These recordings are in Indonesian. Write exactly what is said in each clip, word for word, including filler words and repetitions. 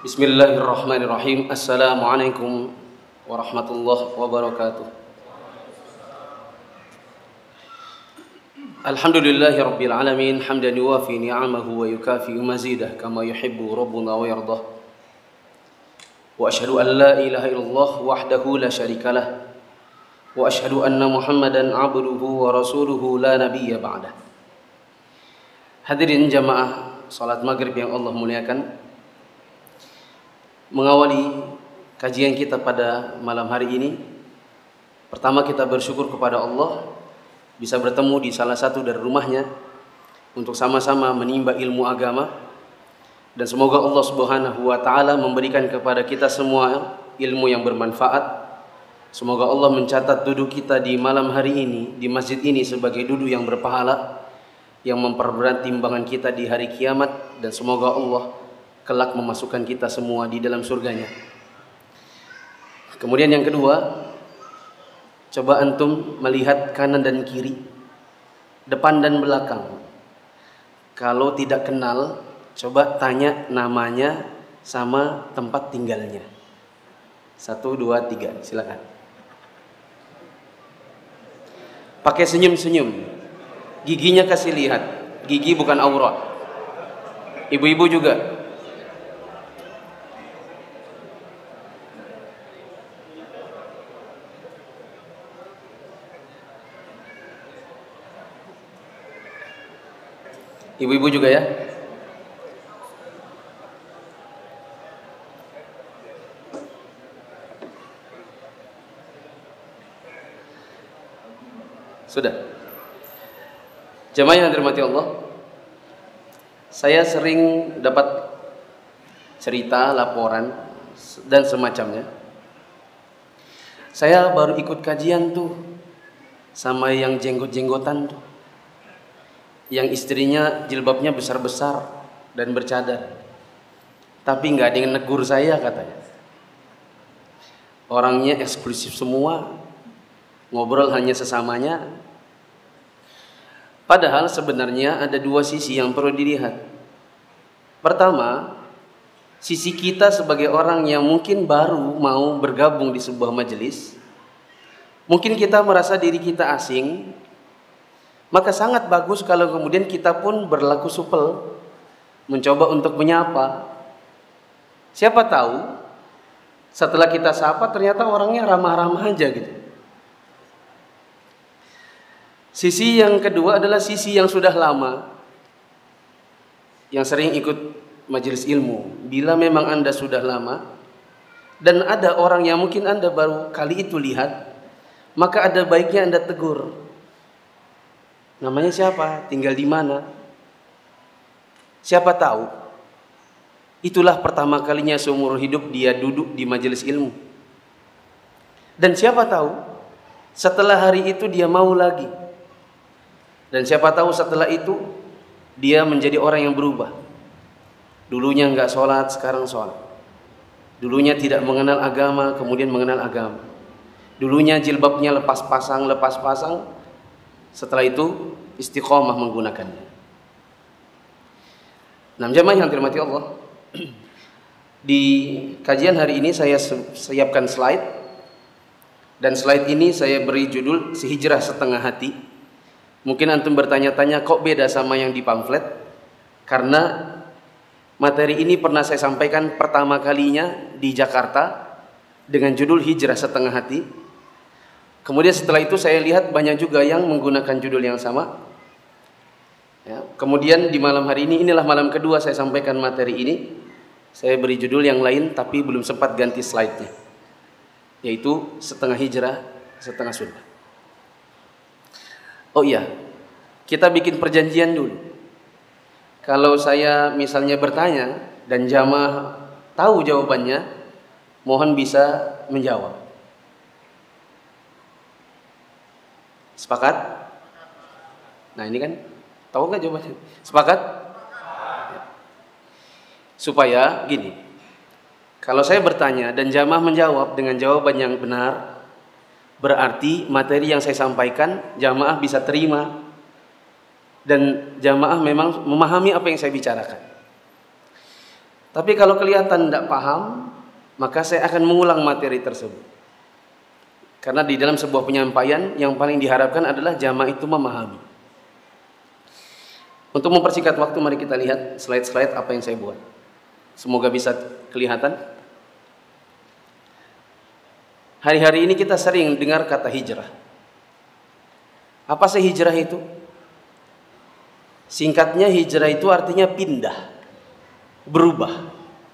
Bismillahirrahmanirrahim. Assalamualaikum warahmatullahi wabarakatuh. Alhamdulillahi rabbil alamin, hamdan yuwafi ni'amahu wa yukafi mazidah kama yuhibbu rabbuna wa yardah. Wa ashhadu an la ilaha illallah wahdahu la syarikalah. Wa ashhadu anna Muhammadan abduhu wa rasuluhu la nabiyya ba'dah. Hadirin jamaah salat maghrib yang Allah muliakan, mengawali kajian kita pada malam hari ini, pertama kita bersyukur kepada Allah bisa bertemu di salah satu dari rumahnya untuk sama-sama menimba ilmu agama, dan semoga Allah Subhanahu wa taala memberikan kepada kita semua ilmu yang bermanfaat. Semoga Allah mencatat duduk kita di malam hari ini di masjid ini sebagai duduk yang berpahala, yang memperberat timbangan kita di hari kiamat, dan semoga Allah kelak memasukkan kita semua di dalam surganya. Kemudian yang kedua, coba antum melihat kanan dan kiri, depan dan belakang. Kalau tidak kenal, coba tanya namanya sama tempat tinggalnya. Satu, dua, tiga, silakan. Pakai senyum-senyum, giginya kasih lihat, gigi bukan aurat. Ibu-ibu juga. Ibu-ibu juga ya. Sudah. Jemaah yang dirahmati Allah, saya sering dapat cerita, laporan dan semacamnya. Saya baru ikut kajian tuh sama yang jenggot-jenggotan tuh, yang istrinya jilbabnya besar-besar dan bercadar, tapi nggak ada yang negur saya katanya. Orangnya eksklusif semua, ngobrol hanya sesamanya. Padahal sebenarnya ada dua sisi yang perlu dilihat. Pertama, sisi kita sebagai orang yang mungkin baru mau bergabung di sebuah majelis. Mungkin kita merasa diri kita asing, maka sangat bagus kalau kemudian kita pun berlaku supel, mencoba untuk menyapa. Siapa tahu setelah kita sapa ternyata orangnya ramah-ramah aja gitu. Sisi yang kedua adalah sisi yang sudah lama, yang sering ikut majelis ilmu. Bila memang Anda sudah lama dan ada orang yang mungkin Anda baru kali itu lihat, maka ada baiknya Anda tegur. Namanya siapa? Tinggal di mana? Siapa tahu itulah pertama kalinya seumur hidup dia duduk di majelis ilmu. Dan siapa tahu setelah hari itu dia mau lagi. Dan siapa tahu setelah itu dia menjadi orang yang berubah. Dulunya enggak sholat, sekarang sholat. Dulunya tidak mengenal agama, kemudian mengenal agama. Dulunya jilbabnya lepas pasang, lepas pasang. Setelah itu istiqomah menggunakannya. Nah, jemaah yang dirahmati Allah, di kajian hari ini saya siapkan slide, dan slide ini saya beri judul Sehijrah Setengah Hati. Mungkin antum bertanya-tanya kok beda sama yang di pamflet, karena materi ini pernah saya sampaikan pertama kalinya di Jakarta dengan judul Hijrah Setengah Hati. Kemudian setelah itu saya lihat banyak juga yang menggunakan judul yang sama ya. Kemudian di malam hari ini, inilah malam kedua saya sampaikan materi ini, saya beri judul yang lain tapi belum sempat ganti slide-nya, yaitu Setengah Hijrah Setengah Sunnah. Oh iya, kita bikin perjanjian dulu. Kalau saya misalnya bertanya dan jamaah tahu jawabannya, mohon bisa menjawab. Sepakat? Nah ini kan, tahu nggak jawabannya? Sepakat? Supaya gini, kalau saya bertanya dan jamaah menjawab dengan jawaban yang benar, berarti materi yang saya sampaikan jamaah bisa terima dan jamaah memang memahami apa yang saya bicarakan. Tapi kalau kelihatan tidak paham, maka saya akan mengulang materi tersebut. Karena di dalam sebuah penyampaian yang paling diharapkan adalah jamaah itu memahami. Untuk mempersingkat waktu, mari kita lihat slide-slide apa yang saya buat. Semoga bisa kelihatan. Hari-hari ini kita sering dengar kata hijrah. Apa sih hijrah itu? Singkatnya, hijrah itu artinya pindah, berubah.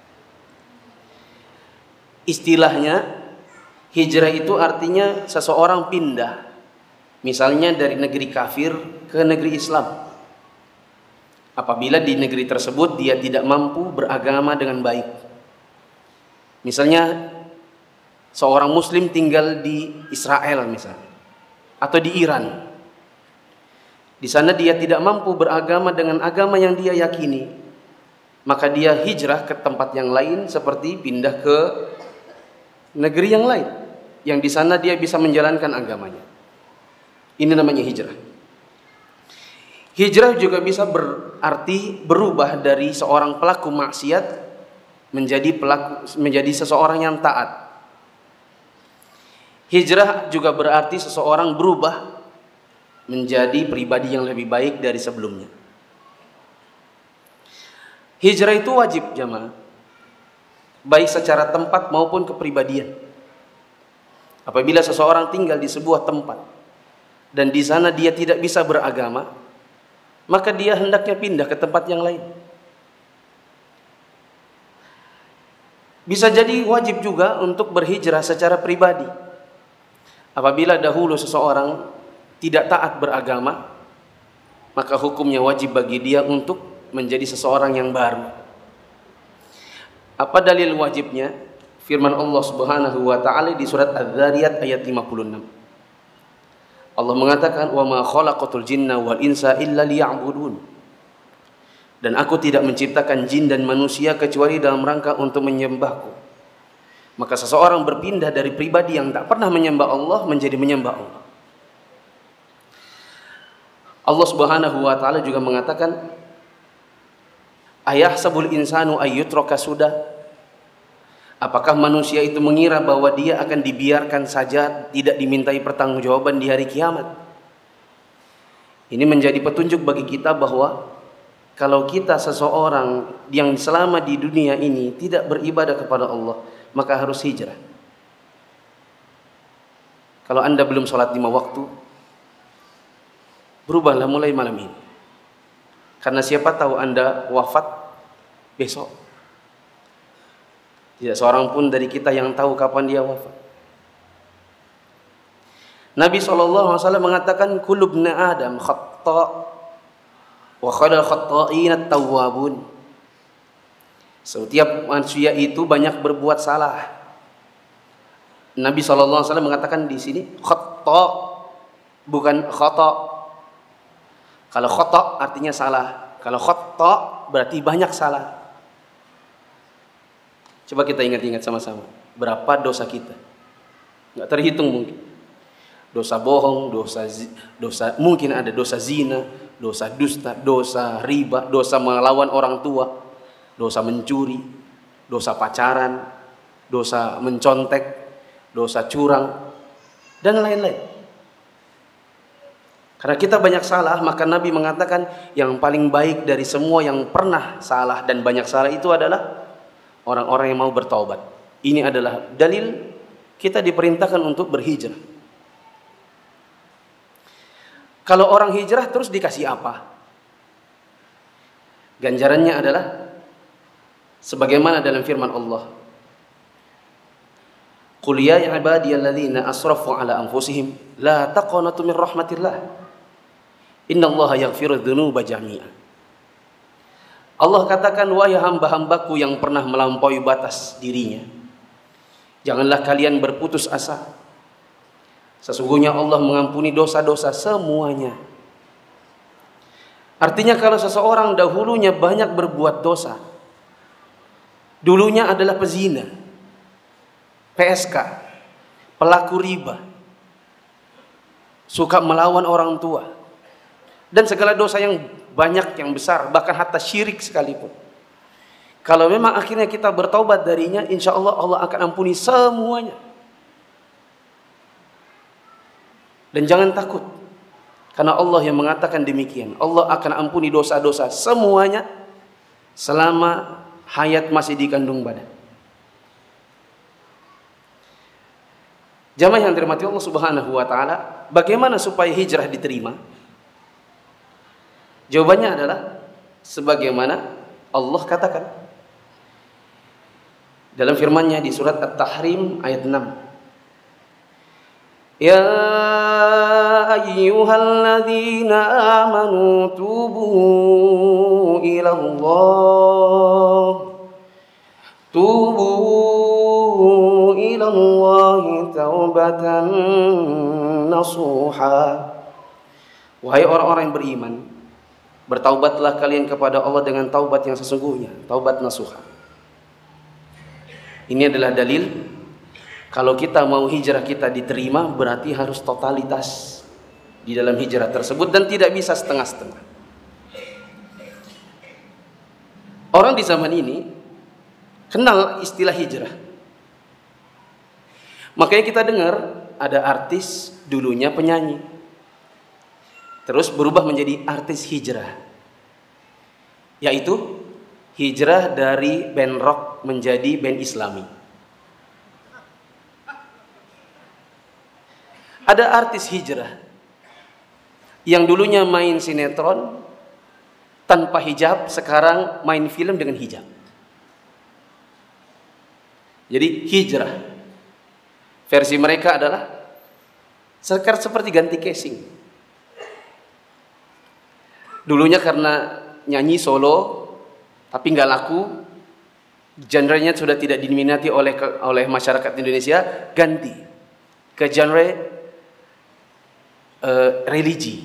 Istilahnya, hijrah itu artinya seseorang pindah, misalnya dari negeri kafir ke negeri Islam. Apabila di negeri tersebut dia tidak mampu beragama dengan baik. Misalnya seorang muslim tinggal di Israel misalnya, atau di Iran. Di sana dia tidak mampu beragama dengan agama yang dia yakini, maka dia hijrah ke tempat yang lain, seperti pindah ke negeri yang lain, yang di sana dia bisa menjalankan agamanya. Ini namanya hijrah. Hijrah juga bisa berarti berubah dari seorang pelaku maksiat menjadi pelaku menjadi seseorang yang taat. Hijrah juga berarti seseorang berubah menjadi pribadi yang lebih baik dari sebelumnya. Hijrah itu wajib jamaah, baik secara tempat maupun kepribadian. Apabila seseorang tinggal di sebuah tempat dan di sana dia tidak bisa beragama, maka dia hendaknya pindah ke tempat yang lain. Bisa jadi wajib juga untuk berhijrah secara pribadi. Apabila dahulu seseorang tidak taat beragama, maka hukumnya wajib bagi dia untuk menjadi seseorang yang baru. Apa dalil wajibnya? Firman Allah Subhanahu wa taala di surat Az-Zariyat ayat lima puluh enam. Allah mengatakan, "Wa ma khalaqatul jinna wal insa illa liya'budun." Dan aku tidak menciptakan jin dan manusia kecuali dalam rangka untuk menyembahku. Maka seseorang berpindah dari pribadi yang tak pernah menyembah Allah menjadi menyembah Allah. Allah Subhanahu wa taala juga mengatakan, "Ayahsabul insanu ayyutraka sudah?" Apakah manusia itu mengira bahwa dia akan dibiarkan saja, tidak dimintai pertanggungjawaban di hari kiamat? Ini menjadi petunjuk bagi kita bahwa kalau kita seseorang yang selama di dunia ini tidak beribadah kepada Allah, maka harus hijrah. Kalau Anda belum sholat lima waktu, berubahlah mulai malam ini. Karena siapa tahu Anda wafat besok. Tidak seorang pun dari kita yang tahu kapan dia wafat. Nabi shallallahu alaihi wasallam mengatakan, "Kullu ibni Adam khata' wa khairul khata'in at-tawwabun." Setiap manusia itu banyak berbuat salah. Nabi shallallahu alaihi wasallam mengatakan di sini khata', bukan khata'. Kalau khata' artinya salah, kalau khata' berarti banyak salah. Coba kita ingat-ingat sama-sama, berapa dosa kita? Nggak terhitung mungkin. Dosa bohong, dosa dosa mungkin ada dosa zina, dosa dusta, dosa riba, dosa melawan orang tua, dosa mencuri, dosa pacaran, dosa mencontek, dosa curang, dan lain-lain. Karena kita banyak salah, maka Nabi mengatakan yang paling baik dari semua yang pernah salah dan banyak salah itu adalah orang-orang yang mau bertaubat. Ini adalah dalil kita diperintahkan untuk berhijrah. Kalau orang hijrah terus dikasih apa? Ganjarannya adalah sebagaimana dalam firman Allah, "Qul ya ibadiyalladzina asrafu ala anfusihim la taqnatu min rahmatillah. Innallaha yaghfiru dzunuba jami'a." Allah katakan, "Wahai hamba-hambaku yang pernah melampaui batas dirinya, janganlah kalian berputus asa. Sesungguhnya Allah mengampuni dosa-dosa semuanya." Artinya kalau seseorang dahulunya banyak berbuat dosa, dulunya adalah pezina, P S K, pelaku riba, suka melawan orang tua, dan segala dosa yang banyak, yang besar, bahkan hatta syirik sekalipun. Kalau memang akhirnya kita bertaubat darinya, insya Allah Allah akan ampuni semuanya. Dan jangan takut, karena Allah yang mengatakan demikian. Allah akan ampuni dosa-dosa semuanya selama hayat masih di kandung badan. Jamaah yang dirahmati Allah Subhanahu wa taala, bagaimana supaya hijrah diterima? Jawabannya adalah sebagaimana Allah katakan dalam firman-Nya di surat At-Tahrim ayat enam. Ya ayyuhalladzina amanu tubu ila Allah tubu ila Allah taubatan nasuha. Wahai orang-orang yang beriman, bertaubatlah kalian kepada Allah dengan taubat yang sesungguhnya, taubat nasuha. Ini adalah dalil kalau kita mau hijrah kita diterima, berarti harus totalitas di dalam hijrah tersebut dan tidak bisa setengah-setengah. Orang di zaman ini kenal istilah hijrah. Makanya kita dengar ada artis dulunya penyanyi, terus berubah menjadi artis hijrah, yaitu hijrah dari band rock menjadi band Islami. Ada artis hijrah yang dulunya main sinetron tanpa hijab, sekarang main film dengan hijab. Jadi hijrah versi mereka adalah sekarang seperti ganti casing. Dulunya karena nyanyi solo tapi nggak laku, genrenya sudah tidak diminati oleh oleh masyarakat Indonesia, ganti ke genre uh, religi.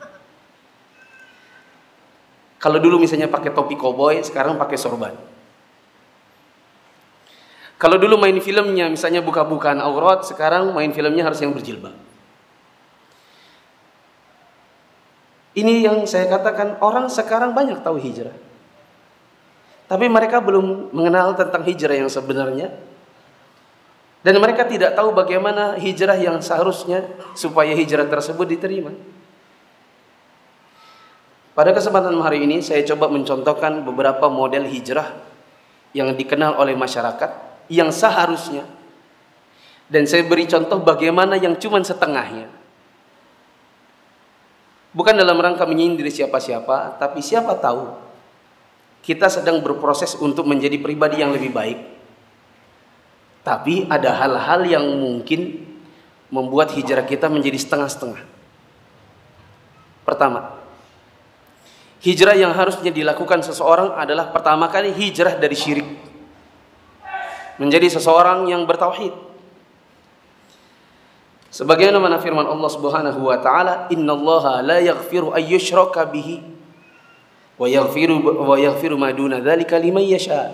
Kalau dulu misalnya pakai topi koboi, sekarang pakai sorban. Kalau dulu main filmnya misalnya buka-bukaan aurat, sekarang main filmnya harus yang berjilbab. Ini yang saya katakan, orang sekarang banyak tahu hijrah, tapi mereka belum mengenal tentang hijrah yang sebenarnya. Dan mereka tidak tahu bagaimana hijrah yang seharusnya supaya hijrah tersebut diterima. Pada kesempatan hari ini saya coba mencontohkan beberapa model hijrah yang dikenal oleh masyarakat yang seharusnya, dan saya beri contoh bagaimana yang cuma setengahnya. Bukan dalam rangka menyindir siapa-siapa, tapi siapa tahu kita sedang berproses untuk menjadi pribadi yang lebih baik. Tapi ada hal-hal yang mungkin membuat hijrah kita menjadi setengah-setengah. Pertama, hijrah yang harusnya dilakukan seseorang adalah pertama kali hijrah dari syirik menjadi seseorang yang bertauhid. Sebagaimana firman Allah Subhanahu wa taala, "Innallaha la yaghfiru ay yushraka bihi wa yaghfiru wa yaghfiru ma duna dzalika liman yasha."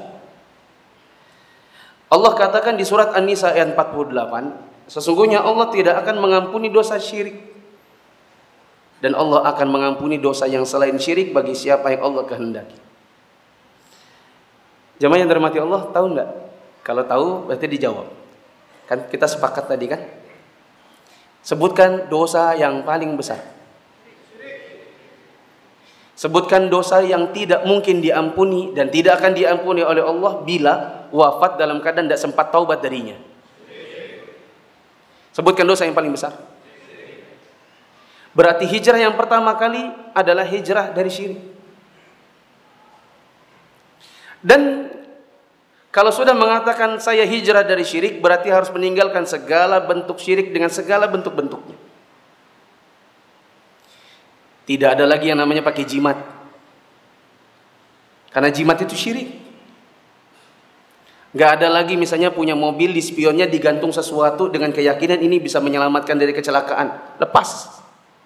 Allah katakan di surat An-Nisa ayat empat puluh delapan, sesungguhnya Allah tidak akan mengampuni dosa syirik, dan Allah akan mengampuni dosa yang selain syirik bagi siapa yang Allah kehendaki. Jamaah yang dirahmati Allah, tahu enggak? Kalau tahu berarti dijawab. Kan kita sepakat tadi kan? Sebutkan dosa yang paling besar. Sebutkan dosa yang tidak mungkin diampuni dan tidak akan diampuni oleh Allah bila wafat dalam keadaan tidak sempat taubat darinya. Sebutkan dosa yang paling besar. Berarti hijrah yang pertama kali adalah hijrah dari syirik. Dan kalau sudah mengatakan saya hijrah dari syirik, berarti harus meninggalkan segala bentuk syirik dengan segala bentuk-bentuknya. Tidak ada lagi yang namanya pakai jimat, karena jimat itu syirik. Gak ada lagi misalnya punya mobil di spionnya digantung sesuatu dengan keyakinan ini bisa menyelamatkan dari kecelakaan. Lepas.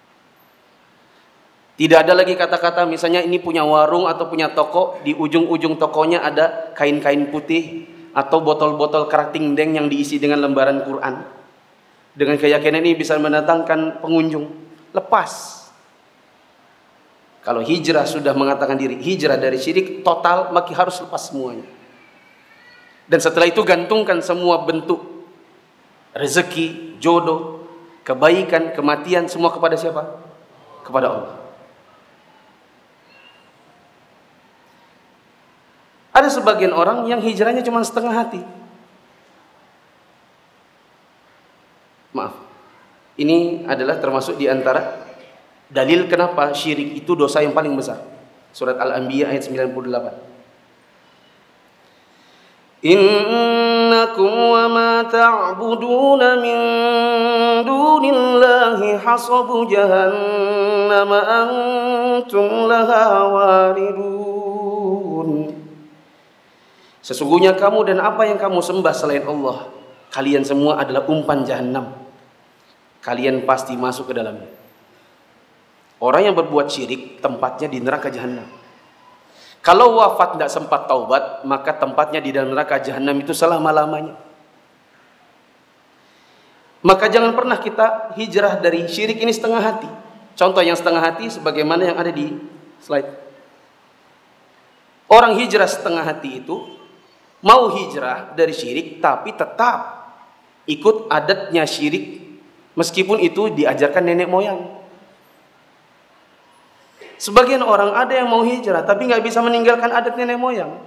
Tidak ada lagi kata-kata misalnya ini punya warung atau punya toko, di ujung-ujung tokonya ada kain-kain putih atau botol-botol kerating deng yang diisi dengan lembaran Quran. Dengan keyakinan ini bisa mendatangkan pengunjung. Lepas. Kalau hijrah sudah mengatakan diri hijrah dari syirik total, maka harus lepas semuanya. Dan setelah itu gantungkan semua bentuk rezeki, jodoh, kebaikan, kematian semua kepada siapa? Kepada Allah. Ada sebagian orang yang hijrahnya cuma setengah hati. Maaf. Ini adalah termasuk di antara dalil kenapa syirik itu dosa yang paling besar. Surat Al-Anbiya ayat sembilan puluh delapan. Innakum wa ma ta'buduna min dunillahi hasabu jahannam antum laha waridun. Sesungguhnya kamu dan apa yang kamu sembah selain Allah, kalian semua adalah umpan jahanam. Kalian pasti masuk ke dalamnya. Orang yang berbuat syirik tempatnya di neraka jahanam. Kalau wafat tidak sempat taubat, maka tempatnya di dalam neraka jahanam itu selama-lamanya. Maka jangan pernah kita hijrah dari syirik ini setengah hati. Contoh yang setengah hati sebagaimana yang ada di slide. Orang hijrah setengah hati itu mau hijrah dari syirik tapi tetap ikut adatnya syirik meskipun itu diajarkan nenek moyang. Sebagian orang ada yang mau hijrah tapi nggak bisa meninggalkan adat nenek moyang.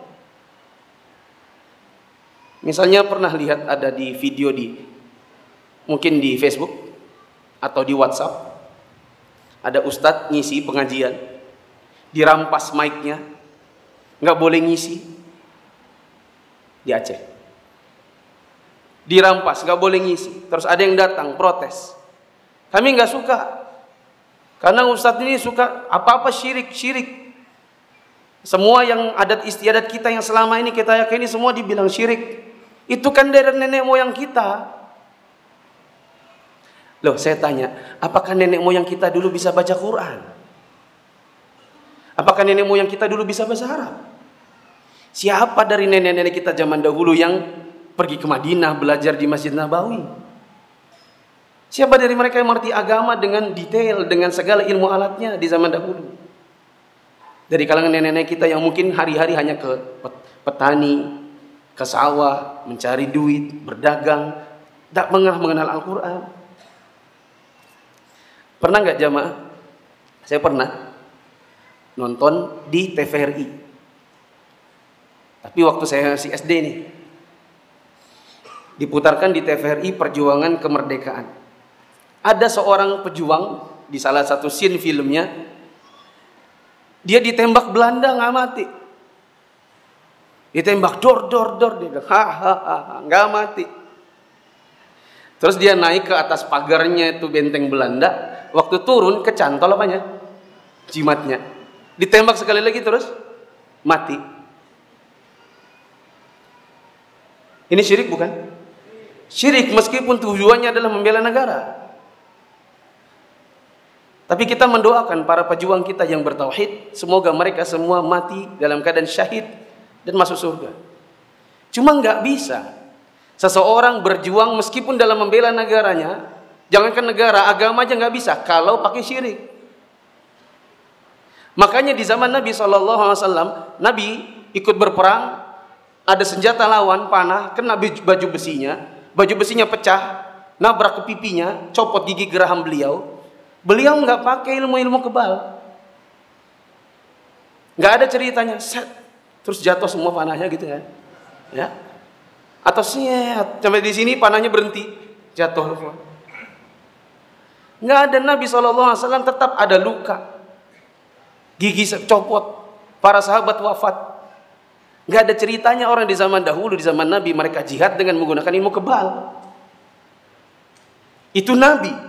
Misalnya pernah lihat ada di video di mungkin di Facebook atau di WhatsApp, ada ustadz ngisi pengajian, dirampas mic-nya, nggak boleh ngisi di Aceh. Dirampas, nggak boleh ngisi. Terus ada yang datang protes, kami nggak suka. Karena ustadz ini suka apa-apa syirik, syirik. Semua yang adat istiadat kita yang selama ini kita yakini semua dibilang syirik. Itu kan dari nenek moyang kita. Loh, saya tanya, apakah nenek moyang kita dulu bisa baca Quran? Apakah nenek moyang kita dulu bisa bahasa Arab? Siapa dari nenek-nenek kita zaman dahulu yang pergi ke Madinah belajar di Masjid Nabawi? Siapa dari mereka yang mengerti agama dengan detail, dengan segala ilmu alatnya di zaman dahulu? Dari kalangan nenek-nenek kita yang mungkin hari-hari hanya ke petani, ke sawah, mencari duit, berdagang, tak mengenal mengenal Al-Quran. Pernah nggak jamaah? Saya pernah nonton di T V R I. Tapi waktu saya masih S D nih, diputarkan di T V R I Perjuangan Kemerdekaan. Ada seorang pejuang di salah satu scene filmnya, dia ditembak Belanda nggak mati, ditembak dor dor dor, dia bilang ha ha ha nggak mati. Terus dia naik ke atas pagarnya itu benteng Belanda, waktu turun kecantol apanya? Jimatnya. Ditembak sekali lagi terus mati. Ini syirik bukan? Syirik meskipun tujuannya adalah membela negara. Tapi kita mendoakan para pejuang kita yang bertauhid, semoga mereka semua mati dalam keadaan syahid dan masuk surga. Cuma nggak bisa seseorang berjuang meskipun dalam membela negaranya, jangankan negara, agama aja nggak bisa kalau pakai syirik. Makanya di zaman Nabi shallallahu alaihi wasallam, Nabi ikut berperang, ada senjata lawan panah, kena baju besinya, baju besinya pecah, nabrak ke pipinya, copot gigi geraham beliau. Beliau nggak pakai ilmu-ilmu kebal, nggak ada ceritanya, set, terus jatuh semua panahnya gitu kan, ya? Atau set, sampai di sini panahnya berhenti, jatuh semua. Nggak ada. Nabi shallallahu alaihi wasallam tetap ada luka, gigi copot, para sahabat wafat. Nggak ada ceritanya orang di zaman dahulu, di zaman Nabi mereka jihad dengan menggunakan ilmu kebal. Itu Nabi.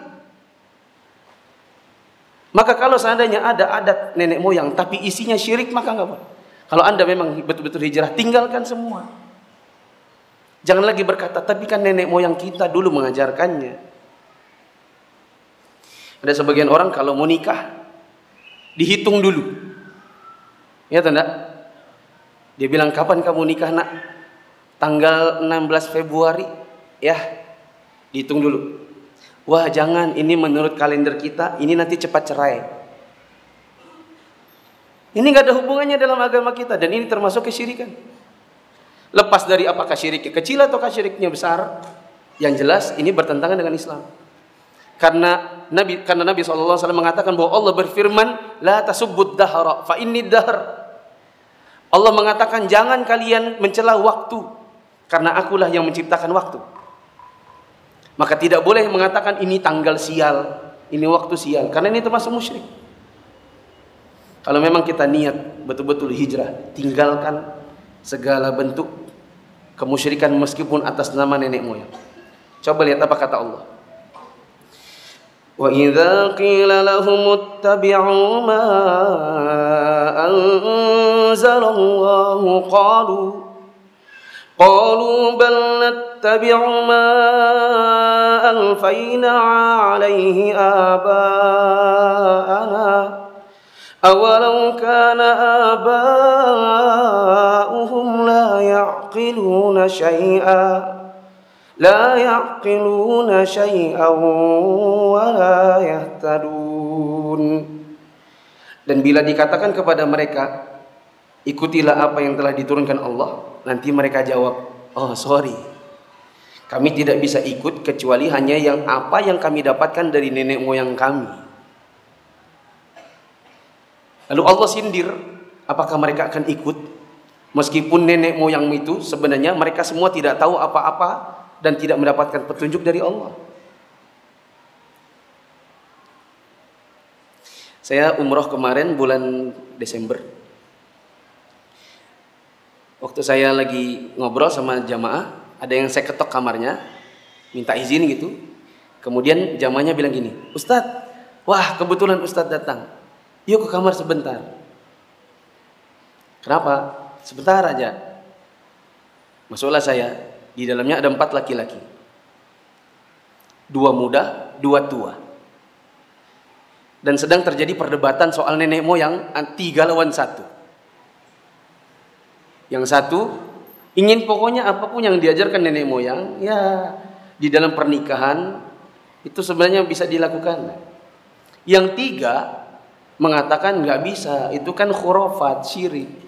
Maka kalau seandainya ada adat nenek moyang tapi isinya syirik, maka nggak boleh. Kalau Anda memang betul-betul hijrah, tinggalkan semua. Jangan lagi berkata, tapi kan nenek moyang kita dulu mengajarkannya. Ada sebagian orang kalau mau nikah, dihitung dulu. Ya tanda? Dia bilang, kapan kamu nikah nak? Tanggal enam belas Februari. Ya, dihitung dulu. Wah jangan, ini menurut kalender kita, ini nanti cepat cerai. Ini nggak ada hubungannya dalam agama kita dan ini termasuk kesyirikan. Lepas dari apakah syiriknya kecil atau syiriknya besar, yang jelas ini bertentangan dengan Islam. Karena Nabi karena Nabi shallallahu alaihi wasallam mengatakan bahwa Allah berfirman, la tasubbud dahra fa inni dahr. Allah mengatakan jangan kalian mencela waktu karena akulah yang menciptakan waktu. Maka tidak boleh mengatakan ini tanggal sial, ini waktu sial, karena ini termasuk musyrik. Kalau memang kita niat betul-betul hijrah, tinggalkan segala bentuk kemusyrikan meskipun atas nama nenek moyang. Coba lihat apa kata Allah. Wa idza qila lahum ittabi'u ma anzalallahu qalu qalu bal nattabi'u ma alfayna 'alaihi aba'ana awalau kana aba'uhum la ya'qiluna syai'a la ya'qiluna syai'an wa la yahtadun. Dan bila dikatakan kepada mereka, ikutilah apa yang telah diturunkan Allah, nanti mereka jawab, oh sorry, kami tidak bisa ikut kecuali hanya yang apa yang kami dapatkan dari nenek moyang kami. Lalu Allah sindir, apakah mereka akan ikut meskipun nenek moyang itu sebenarnya mereka semua tidak tahu apa-apa dan tidak mendapatkan petunjuk dari Allah. Saya umroh kemarin bulan Desember. Waktu saya lagi ngobrol sama jamaah, ada yang saya ketok kamarnya, minta izin gitu. Kemudian jamaahnya bilang gini, Ustadz, wah kebetulan Ustadz datang, yuk ke kamar sebentar. Kenapa? Sebentar aja. Masuklah saya. Di dalamnya ada empat laki-laki, dua muda, dua tua, dan sedang terjadi perdebatan soal nenek moyang, tiga lawan satu. Yang satu ingin pokoknya apapun yang diajarkan nenek moyang, ya di dalam pernikahan itu sebenarnya bisa dilakukan. Yang tiga mengatakan nggak bisa, itu kan khurafat, syirik.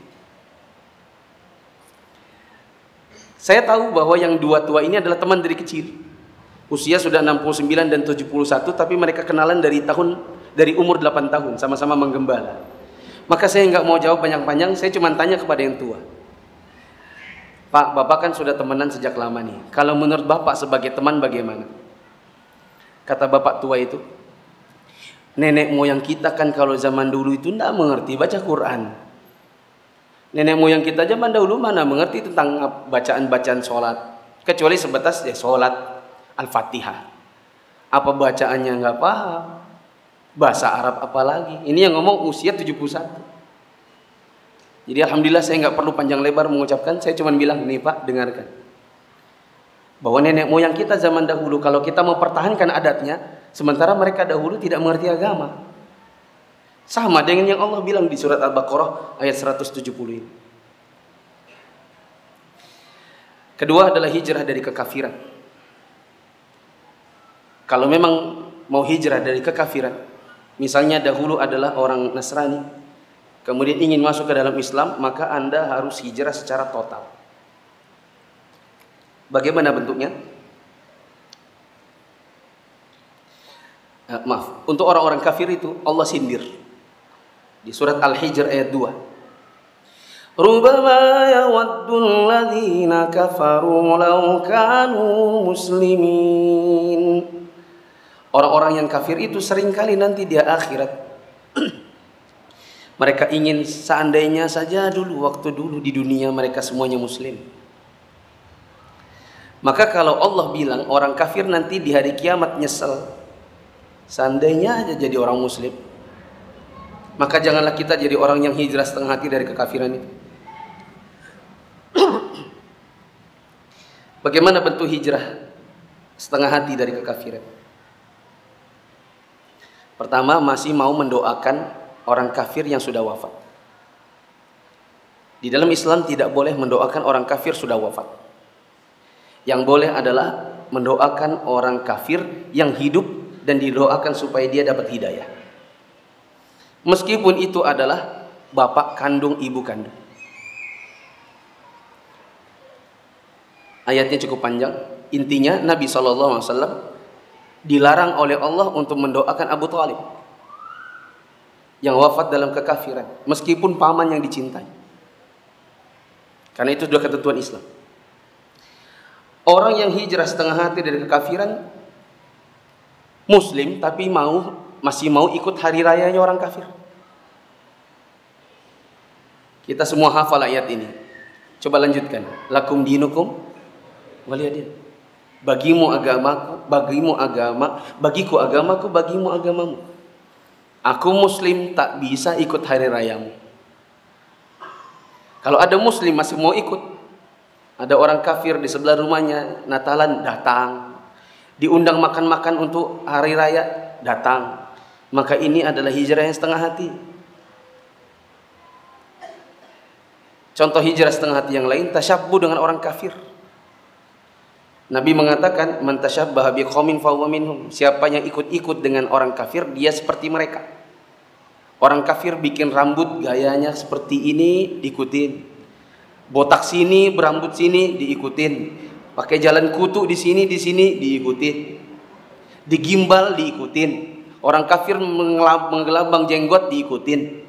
Saya tahu bahwa yang dua tua ini adalah teman dari kecil. Usia sudah enam puluh sembilan dan tujuh puluh satu, tapi mereka kenalan dari tahun dari umur delapan tahun, sama-sama menggembala. Maka saya nggak mau jawab panjang-panjang, saya cuma tanya kepada yang tua. Pak, Bapak kan sudah temenan sejak lama nih. Kalau menurut Bapak sebagai teman bagaimana? Kata Bapak tua itu, nenek moyang kita kan kalau zaman dulu itu tidak mengerti baca Quran. Nenek moyang kita zaman dahulu mana mengerti tentang bacaan-bacaan sholat, kecuali sebatas ya sholat Al-Fatihah. Apa bacaannya nggak paham, bahasa Arab apalagi. Ini yang ngomong usia tujuh puluh satu. Jadi alhamdulillah saya nggak perlu panjang lebar mengucapkan, saya cuma bilang, nih Pak, dengarkan. Bahwa nenek moyang kita zaman dahulu kalau kita mempertahankan adatnya, sementara mereka dahulu tidak mengerti agama. Sama dengan yang Allah bilang di surat Al-Baqarah ayat seratus tujuh puluh ini. Kedua adalah hijrah dari kekafiran. Kalau memang mau hijrah dari kekafiran, misalnya dahulu adalah orang Nasrani, kemudian ingin masuk ke dalam Islam, maka Anda harus hijrah secara total. Bagaimana bentuknya? Uh, maaf, untuk orang-orang kafir itu Allah sindir. Di surat Al-Hijr ayat dua. Rubama yawaddul ladzina kafaru law kanu muslimin. Orang-orang yang kafir itu seringkali nanti di akhirat mereka ingin seandainya saja dulu waktu dulu di dunia mereka semuanya muslim. Maka kalau Allah bilang orang kafir nanti di hari kiamat nyesel, seandainya aja jadi orang muslim, maka janganlah kita jadi orang yang hijrah setengah hati dari kekafiran itu. Bagaimana bentuk hijrah setengah hati dari kekafiran? Pertama, masih mau mendoakan orang kafir yang sudah wafat. Di dalam Islam tidak boleh mendoakan orang kafir sudah wafat. Yang boleh adalah mendoakan orang kafir yang hidup dan didoakan supaya dia dapat hidayah. Meskipun itu adalah bapak kandung, ibu kandung. Ayatnya cukup panjang. Intinya Nabi shallallahu alaihi wasallam dilarang oleh Allah untuk mendoakan Abu Thalib yang wafat dalam kekafiran, meskipun paman yang dicintai. Karena itu sudah ketentuan Islam. Orang yang hijrah setengah hati dari kekafiran, Muslim tapi mau masih mau ikut hari rayanya orang kafir. Kita semua hafal ayat ini. Coba lanjutkan. Lakum dinukum waliyadin. Bagimu agamaku, bagimu agama, bagiku agamaku, bagimu agamamu. Aku Muslim tak bisa ikut hari rayamu. Kalau ada Muslim masih mau ikut, ada orang kafir di sebelah rumahnya Natalan, datang. Diundang makan-makan untuk hari raya, datang. Maka ini adalah hijrah yang setengah hati. Contoh hijrah setengah hati yang lain, tasyabbuh dengan orang kafir. Nabi mengatakan, man tasyabbaha biqaumin fahuwa minhum. Siapa yang ikut-ikut dengan orang kafir, dia seperti mereka. Orang kafir bikin rambut gayanya seperti ini, diikutin. Botak sini, berambut sini, diikutin. Pakai jalan kutu di sini, di sini, diikutin. Digimbal, diikutin. Orang kafir menggelambang jenggot, diikutin.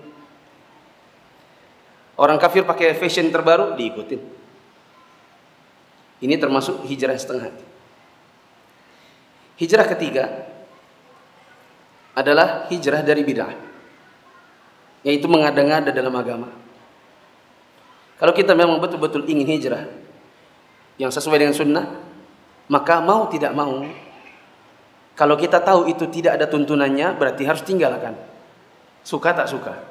Orang kafir pakai fashion terbaru, diikutin. Ini termasuk hijrah setengah hati. Hijrah ketiga adalah hijrah dari bid'ah, yaitu mengada-ngada dalam agama. Kalau kita memang betul-betul ingin hijrah yang sesuai dengan sunnah, maka mau tidak mau, kalau kita tahu itu tidak ada tuntunannya, berarti harus tinggalkan. Suka tak suka.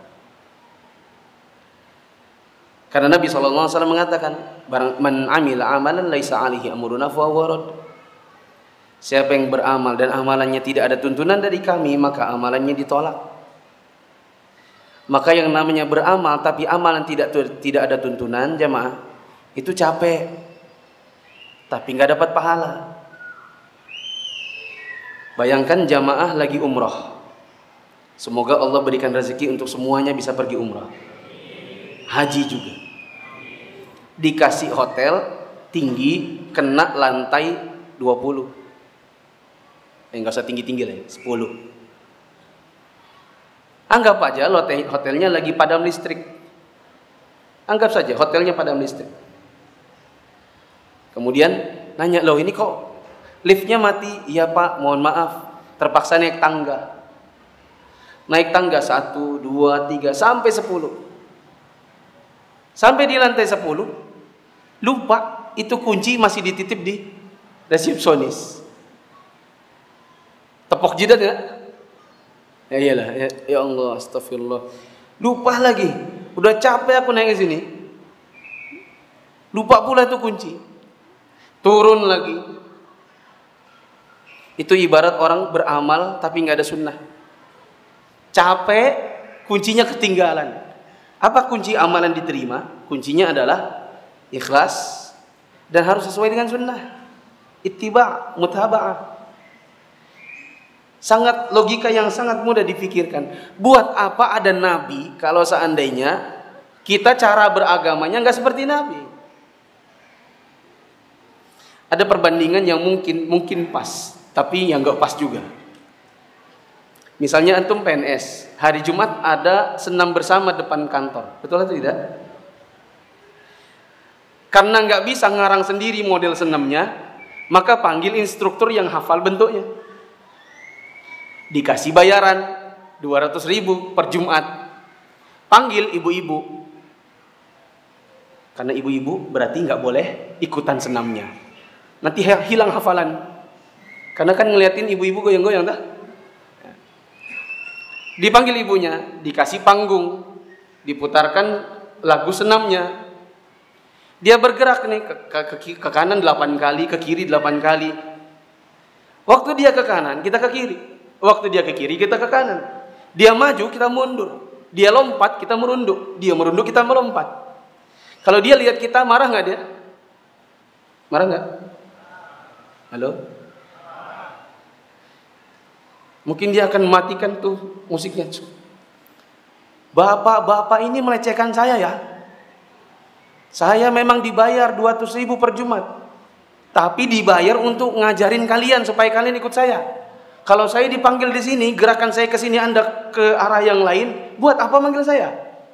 Karena Nabi shallallahu alaihi wasallam mengatakan, barang man amila amalan laisa alaihi amruna fahuwa rad. Siapa yang beramal dan amalannya tidak ada tuntunan dari kami, maka amalannya ditolak. Maka yang namanya beramal tapi amalan tidak tidak ada tuntunan, jamaah, itu capek, tapi nggak dapat pahala. Bayangkan jamaah lagi umroh. Semoga Allah berikan rezeki untuk semuanya bisa pergi umroh. Haji juga. Dikasih hotel tinggi, kena lantai dua puluh. Eh, enggak usah tinggi-tinggi lah, sepuluh. Anggap aja hotelnya lagi padam listrik. Anggap saja hotelnya padam listrik. Kemudian nanya, loh ini kok liftnya mati? Iya pak, mohon maaf, terpaksa naik tangga. Naik tangga satu, dua, tiga, sampai sepuluh. Sampai di lantai sepuluh, lupa itu kunci masih dititip di resepsionis. Tepok jidat ya? Ya iyalah, ya, ya Allah, astagfirullah. Lupa lagi, udah capek aku naik ke sini. Lupa pula itu kunci. Turun lagi. Itu ibarat orang beramal tapi nggak ada sunnah. Capek, kuncinya ketinggalan. Apa kunci amalan diterima? Kuncinya adalah ikhlas dan harus sesuai dengan sunnah. Ittiba, mutaba'ah. Sangat logika yang sangat mudah dipikirkan. Buat apa ada nabi kalau seandainya kita cara beragamanya nggak seperti nabi? Ada perbandingan yang mungkin mungkin pas, tapi yang nggak pas juga. Misalnya antum P N S, hari Jumat ada senam bersama depan kantor, betul atau tidak? Karena nggak bisa ngarang sendiri model senamnya, maka panggil instruktur yang hafal bentuknya. Dikasih bayaran dua ratus ribu per Jumat. Panggil ibu-ibu. Karena ibu-ibu berarti nggak boleh ikutan senamnya. Nanti hilang hafalan. Karena kan ngeliatin ibu-ibu goyang-goyang dah. Dipanggil ibunya, dikasih panggung, diputarkan lagu senamnya. Dia bergerak nih ke, ke, ke kanan delapan kali, ke kiri delapan kali. Waktu dia ke kanan, kita ke kiri. Waktu dia ke kiri, kita ke kanan. Dia maju, kita mundur. Dia lompat, kita merunduk. Dia merunduk, kita melompat. Kalau dia lihat kita, marah nggak dia? Marah nggak? Halo? Mungkin dia akan matikan tuh musiknya. bapak-bapak ini melecehkan saya ya. Saya memang dibayar dua ratus ribu per Jumat, tapi dibayar untuk ngajarin kalian supaya kalian ikut saya. Kalau saya dipanggil di sini, gerakan saya ke sini, Anda ke arah yang lain, buat apa manggil saya?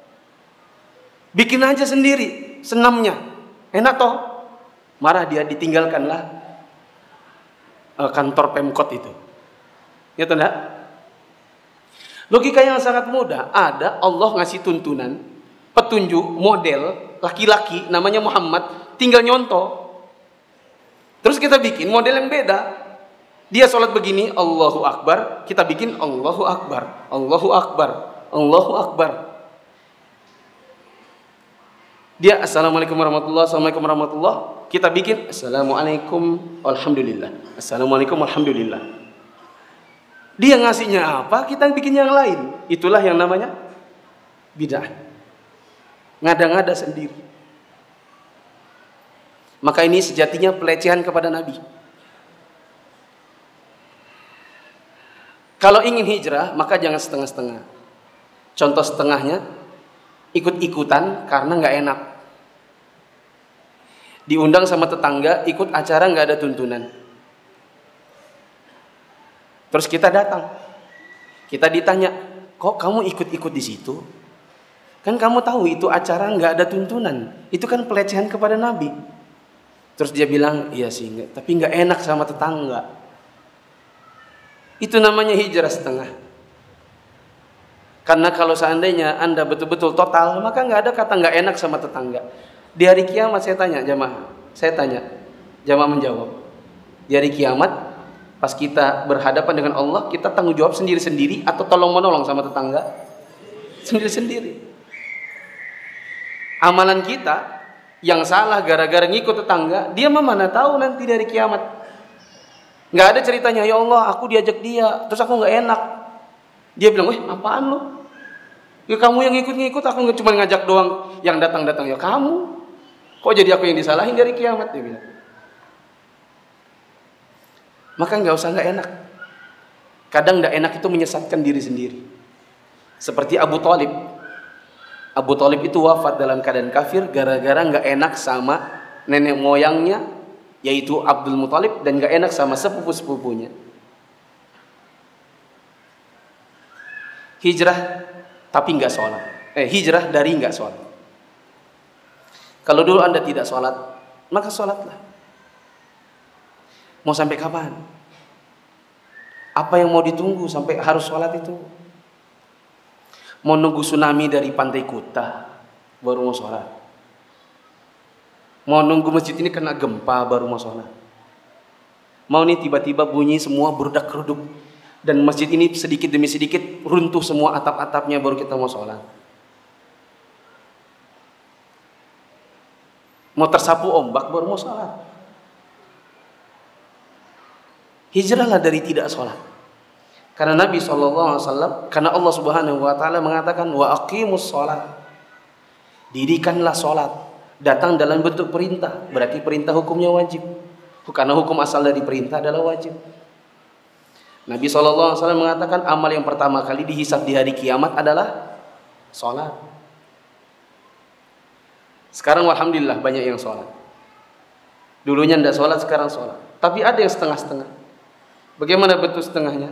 Bikin aja sendiri, senamnya. Enak toh? Marah dia, ditinggalkanlah uh, kantor Pemkot itu. Ya toh enggak? Logika yang sangat mudah. Ada Allah ngasih tuntunan, petunjuk, model, laki-laki namanya Muhammad, tinggal nyontoh. Terus kita bikin model yang beda. Dia sholat begini, Allahu Akbar, kita bikin Allahu Akbar, Allahu Akbar, Allahu Akbar. Dia Assalamualaikum warahmatullahi, Assalamualaikum warahmatullahi, kita bikin Assalamualaikum Alhamdulillah, Assalamualaikum Alhamdulillah. Dia ngasihnya apa, kita bikin yang lain. Itulah yang namanya bid'ah. Ngada-ngada sendiri. Maka ini sejatinya pelecehan kepada Nabi. Kalau ingin hijrah, maka jangan setengah-setengah. Contoh setengahnya, ikut-ikutan karena nggak enak. Diundang sama tetangga, ikut acara nggak ada tuntunan. Terus kita datang, kita ditanya, kok kamu ikut-ikut di situ? Kan kamu tahu itu acara nggak ada tuntunan. Itu kan pelecehan kepada Nabi. Terus dia bilang, iya sih, enggak, tapi nggak enak sama tetangga. Itu namanya hijrah setengah. Karena kalau seandainya Anda betul-betul total, maka nggak ada kata nggak enak sama tetangga. Di hari kiamat saya tanya jamaah, saya tanya, jamaah menjawab. Di hari kiamat, pas kita berhadapan dengan Allah, kita tanggung jawab sendiri-sendiri atau tolong menolong sama tetangga? Sendiri-sendiri. Amalan kita yang salah gara-gara ngikut tetangga, dia mah mana tahu nanti dari kiamat. Nggak ada ceritanya, ya Allah aku diajak dia, terus aku nggak enak. Dia bilang, weh apaan lo? Ya kamu yang ngikut-ngikut, aku nggak cuma ngajak doang, yang datang-datang ya kamu. Kok jadi aku yang disalahin dari kiamat? Dia bilang. Maka nggak usah nggak enak. Kadang nggak enak itu menyesatkan diri sendiri. Seperti Abu Thalib. Abu Thalib itu wafat dalam keadaan kafir gara-gara nggak enak sama nenek moyangnya, yaitu Abdul Muthalib, dan gak enak sama sepupu-sepupunya. Hijrah tapi gak sholat. Eh, hijrah dari gak sholat. Kalau dulu Anda tidak sholat, maka sholatlah. Mau sampai kapan? Apa yang mau ditunggu sampai harus sholat itu? Mau nunggu tsunami dari Pantai Kuta baru mau sholat? Mau nunggu masjid ini kena gempa baru mau sholat? Mau nih tiba-tiba bunyi semua berudak-keruduk dan masjid ini sedikit demi sedikit runtuh semua atap-atapnya baru kita mau sholat? Mau tersapu ombak baru mau sholat? Hijrahlah dari tidak sholat. Karena Nabi shallallahu alaihi wasallam, karena Allah Subhanahu wa taala mengatakan wa aqimus sholat. Dirikanlah sholat. Datang dalam bentuk perintah, berarti perintah hukumnya wajib. Karena hukum asal dari perintah adalah wajib. Nabi shallallahu alaihi wasallam mengatakan amal yang pertama kali dihisab di hari kiamat adalah sholat. Sekarang alhamdulillah banyak yang sholat. Dulunya tidak sholat, sekarang sholat. Tapi ada yang setengah-setengah. Bagaimana bentuk setengahnya?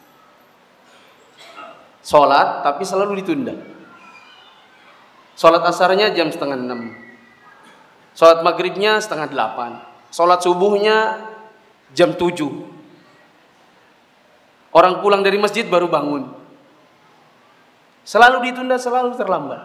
Sholat tapi selalu ditunda. Sholat asarnya jam setengah enam. Sholat maghribnya setengah delapan. Sholat subuhnya jam tujuh. Orang pulang dari masjid baru bangun. Selalu ditunda, selalu terlambat.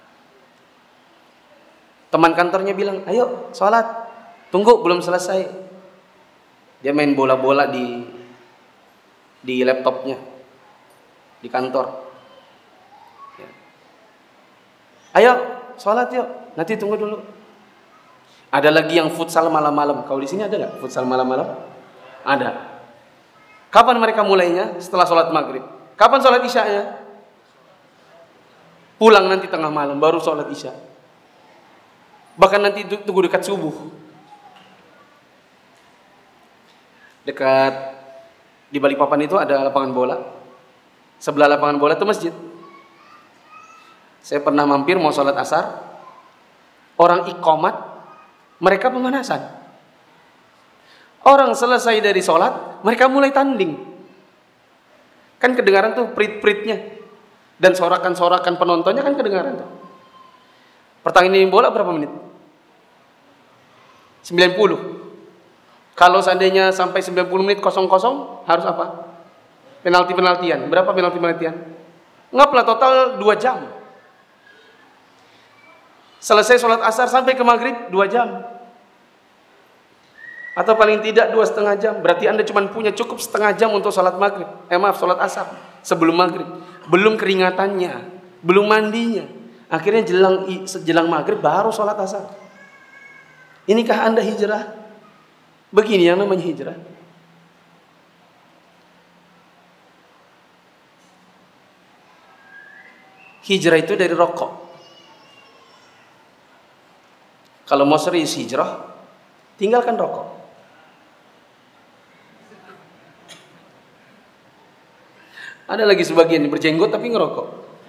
Teman kantornya bilang, ayo sholat. Tunggu, belum selesai. Dia main bola-bola di di laptopnya di kantor. Ya. Ayo sholat yuk. Nanti tunggu dulu. Ada lagi yang futsal malam-malam. Kalau di sini ada nggak futsal malam-malam? Ada. Kapan mereka mulainya? Setelah sholat maghrib. Kapan sholat isya'nya? Pulang nanti tengah malam baru sholat isya. Bahkan nanti tunggu dekat subuh. Dekat di Balikpapan itu ada lapangan bola. Sebelah lapangan bola itu masjid. Saya pernah mampir mau sholat asar, orang iqomat, mereka pemanasan. Orang selesai dari sholat, mereka mulai tanding. Kan kedengaran tuh prit-pritnya. Dan sorakan-sorakan penontonnya kan kedengaran tuh. Pertandingan bola berapa menit? sembilan puluh. Kalau seandainya sampai sembilan puluh menit kosong kosong, harus apa? Penalti-penaltian. Berapa penalti-penaltian? Ngaplah total dua jam. Selesai sholat asar sampai ke maghrib dua jam. Atau paling tidak dua setengah jam. Berarti Anda cuma punya cukup setengah jam untuk sholat maghrib. Eh maaf, sholat asar sebelum maghrib. Belum keringatannya, belum mandinya. Akhirnya jelang jelang maghrib baru sholat asar. Inikah Anda hijrah? Begini yang namanya hijrah. Hijrah itu dari rokok. Kalau mau serius hijrah, tinggalkan rokok. Ada lagi sebagian berjenggot tapi ngerokok.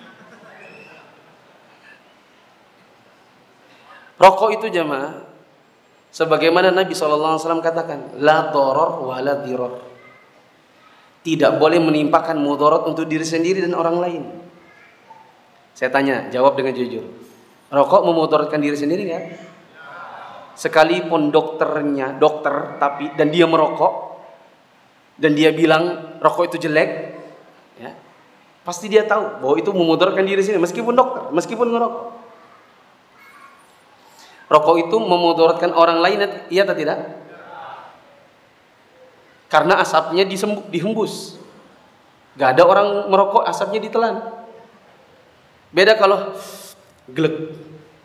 Rokok itu jamaah, sebagaimana Nabi shallallahu alaihi wasallam katakan, la doror wa la diror. Tidak boleh menimpakan mudarat untuk diri sendiri dan orang lain. Saya tanya, jawab dengan jujur. Rokok memudaratkan diri sendiri nggak? Sekalipun dokternya dokter, tapi dan dia merokok dan dia bilang rokok itu jelek, ya, pasti dia tahu bahwa itu memudaratkan diri sendiri, meskipun dokter, meskipun ngerokok. Rokok itu memudaratkan orang lain, iya atau tidak? Karena asapnya disembuh, dihembus. Gak ada orang merokok asapnya ditelan. Beda kalau glek.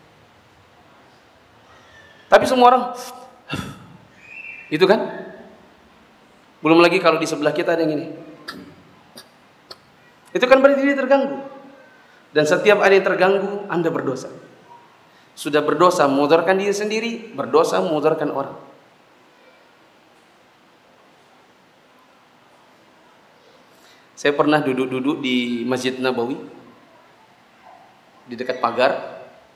Tapi semua orang itu kan. Belum lagi kalau di sebelah kita ada yang ini. Itu kan berarti dia terganggu. Dan setiap ada yang terganggu, Anda berdosa. Sudah berdosa memudaratkan diri sendiri, berdosa memudaratkan orang. Saya pernah duduk-duduk di Masjid Nabawi, di dekat pagar,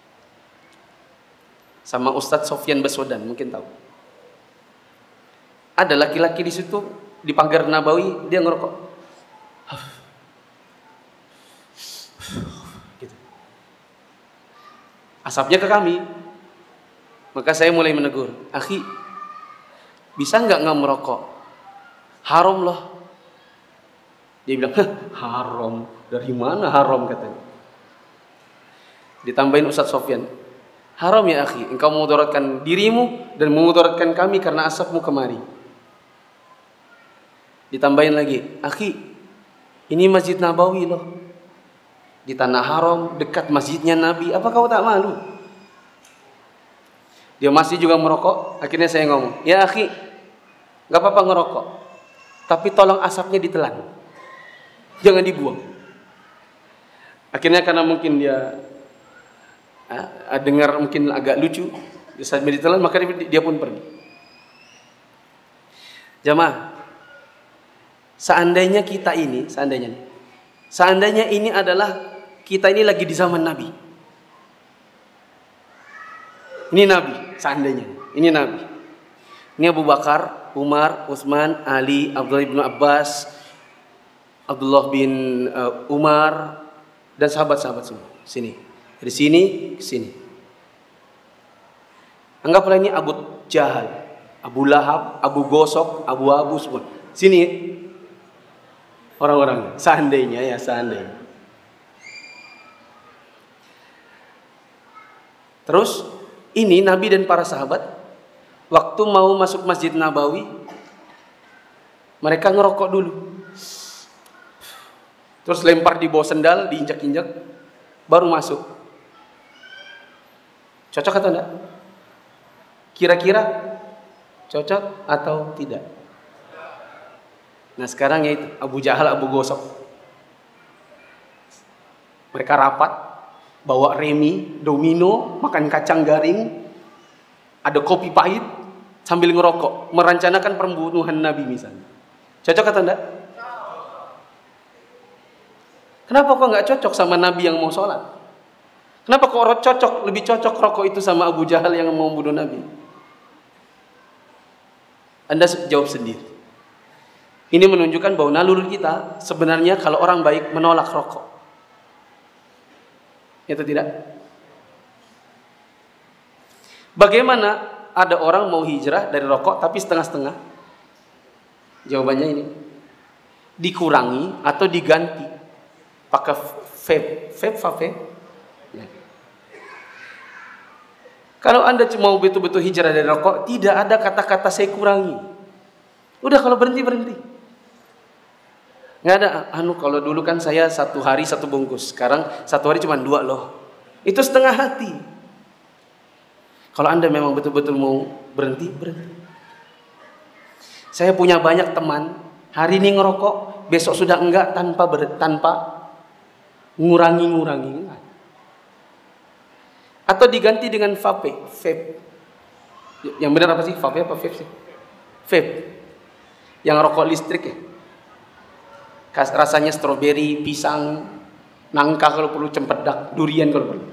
sama Ustadz Sofyan Baswedan, mungkin tahu. Ada laki-laki di situ di pagar Nabawi, dia ngerokok. Gitu. Asapnya ke kami. Maka saya mulai menegur, "Akhi, bisa nggak nggak merokok? Haram loh." Dia bilang, "Haram? Dari mana haram?" katanya. Ditambahin Ustadz Sofyan, "Haram ya akhi, engkau memudaratkan dirimu dan memudaratkan kami karena asapmu kemari." Ditambahin lagi, "Akhi, ini Masjid Nabawi loh, di tanah haram, dekat masjidnya Nabi, apa kau tak malu?" Dia masih juga merokok. Akhirnya saya ngomong, "Ya akhi, gak apa-apa ngerokok, tapi tolong asapnya ditelan, jangan dibuang." Akhirnya karena mungkin dia ah, dengar mungkin agak lucu, saat ditelan, maka dia pun pergi. Jamaah, seandainya kita ini, seandainya nih, seandainya ini adalah kita ini lagi di zaman Nabi. Ini Nabi, seandainya ini Nabi. Ini Abu Bakar, Umar, Utsman, Ali, Abdullah bin Abbas, Abdullah bin uh, Umar, dan sahabat-sahabat semua. Sini, dari sini ke sini. Anggaplah ini Abu Jahal, Abu Lahab, Abu Gosok, Abu Abu semua. Sini orang-orang. Seandainya ya, seandainya. Terus ini Nabi dan para sahabat waktu mau masuk Masjid Nabawi, mereka ngerokok dulu. Terus lempar di bawah sendal, diinjak-injak, baru masuk. Cocok atau enggak? Kira-kira cocok atau tidak? Nah sekarang yaitu Abu Jahal, Abu Gosok. Mereka rapat, bawa remi, domino, makan kacang garing, ada kopi pahit, sambil ngerokok, merencanakan pembunuhan Nabi misalnya. Cocok atau enggak? Kenapa kok nggak cocok sama Nabi yang mau sholat? Kenapa kok cocok, lebih cocok rokok itu sama Abu Jahal yang mau bunuh Nabi? Anda jawab sendiri. Ini menunjukkan bahwa naluri kita sebenarnya kalau orang baik menolak rokok. Itu tidak? Bagaimana ada orang mau hijrah dari rokok tapi setengah-setengah? Jawabannya ini. Dikurangi atau diganti pakai vape, vape, vape. Ya. Kalau Anda mau betul-betul hijrah dari rokok, tidak ada kata-kata saya kurangi. Udah, kalau berhenti berhenti. Nggak ada. Anu kalau dulu kan saya satu hari satu bungkus, sekarang satu hari cuma dua loh. Itu setengah hati. Kalau Anda memang betul-betul mau berhenti, berhenti. Saya punya banyak teman, hari ini ngerokok, besok sudah enggak tanpa ber, tanpa ngurangi-ngurangi. Atau diganti dengan vape, vape. Yang benar apa sih? Vape apa vape sih? Vape. Yang rokok listrik ya. Rasanya stroberi, pisang, nangka kalau perlu, cempedak, durian kalau perlu.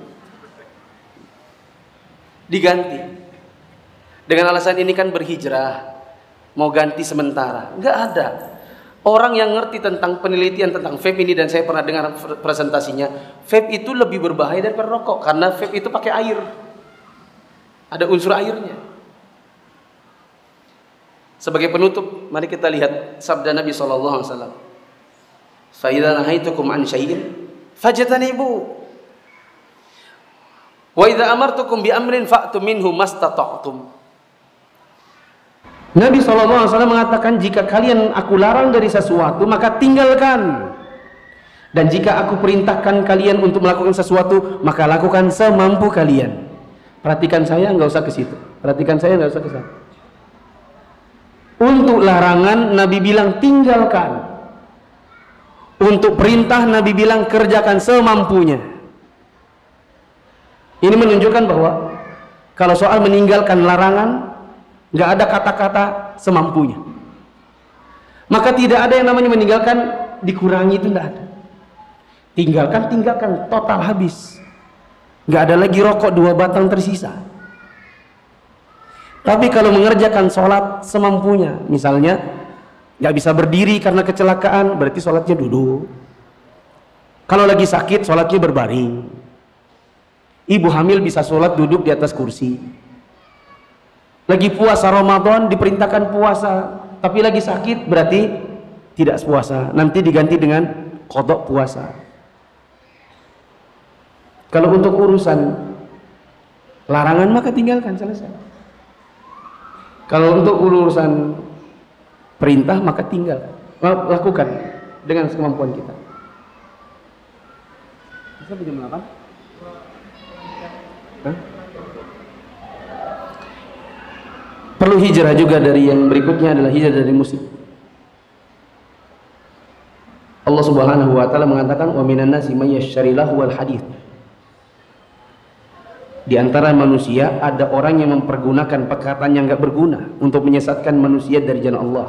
Diganti. Dengan alasan ini kan berhijrah, mau ganti sementara. Enggak ada. Orang yang ngerti tentang penelitian tentang vape ini, dan saya pernah dengar presentasinya, vape itu lebih berbahaya daripada rokok karena vape itu pakai air. Ada unsur airnya. Sebagai penutup, mari kita lihat sabda Nabi sallallahu alaihi wasallam. Fa idza nahaitukum an syai'in fajtanibu. Wa idza amartukum bi amrin fa'tu minhu mastata'tum. Nabi shallallahu alaihi wasallam mengatakan, jika kalian aku larang dari sesuatu maka tinggalkan, dan jika aku perintahkan kalian untuk melakukan sesuatu maka lakukan semampu kalian. Perhatikan saya, nggak usah ke situ. Perhatikan saya, nggak usah ke sana. Untuk larangan Nabi bilang tinggalkan, untuk perintah Nabi bilang kerjakan semampunya. Ini menunjukkan bahwa kalau soal meninggalkan larangan, nggak ada kata-kata semampunya. Maka tidak ada yang namanya meninggalkan dikurangi, itu tidak ada. Tinggalkan, tinggalkan total habis. Nggak ada lagi rokok dua batang tersisa. Tapi kalau mengerjakan sholat semampunya, misalnya nggak bisa berdiri karena kecelakaan, berarti sholatnya duduk. Kalau lagi sakit, sholatnya berbaring. Ibu hamil bisa sholat duduk di atas kursi. Lagi puasa Ramadan diperintahkan puasa, tapi lagi sakit berarti tidak puasa, nanti diganti dengan qadha puasa. Kalau untuk urusan larangan maka tinggalkan, selesai. Kalau untuk urusan perintah maka tinggal, lakukan dengan kemampuan kita. Bisa jam delapan? Hah? Perlu hijrah juga dari yang berikutnya adalah hijrah dari musik. Allah Subhanahu wa taala mengatakan, wa minan nasi may yashtari lahwal hadits. Di antara manusia ada orang yang mempergunakan perkataan yang enggak berguna untuk menyesatkan manusia dari jalan Allah.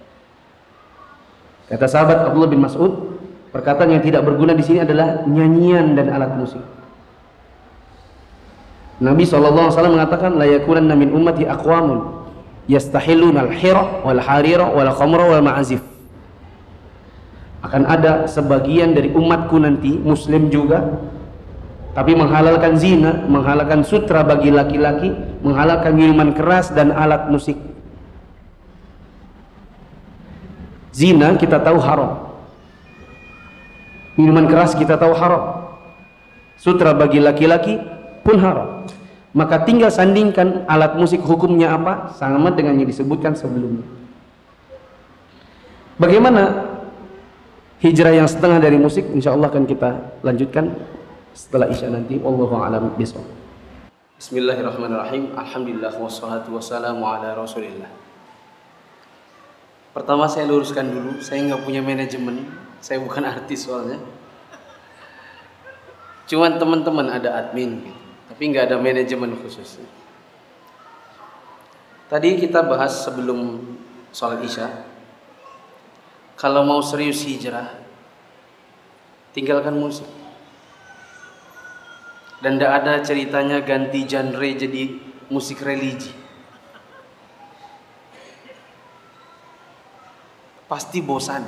Kata sahabat Abdullah bin Mas'ud, perkataan yang tidak berguna di sini adalah nyanyian dan alat musik. Nabi shallallahu alaihi wasallam mengatakan, la yakunanna min ummati aqwamun yastahilluna al-hira wal harira wal khamra wal ma'azif. Akan ada sebagian dari umatku nanti, muslim juga, tapi menghalalkan zina, menghalalkan sutra bagi laki-laki, menghalalkan minuman keras dan alat musik. Zina kita tahu haram, minuman keras kita tahu haram, sutra bagi laki-laki pun haram. Maka tinggal sandingkan alat musik hukumnya apa, sama dengan yang disebutkan sebelumnya. Bagaimana hijrah yang setengah dari musik, insya Allah akan kita lanjutkan setelah isya nanti. Wallahu a'lam bishawab. Bismillahirrahmanirrahim. Alhamdulillah wassalatu wassalamu ala Rasulillah. Pertama saya luruskan dulu, saya nggak punya manajemen, saya bukan artis soalnya. Cuman teman-teman ada admin gitu, tapi nggak ada manajemen khusus. Tadi kita bahas sebelum sholat isya, kalau mau serius hijrah, tinggalkan musik. Dan tidak ada ceritanya ganti genre jadi musik religi. Pasti bosan.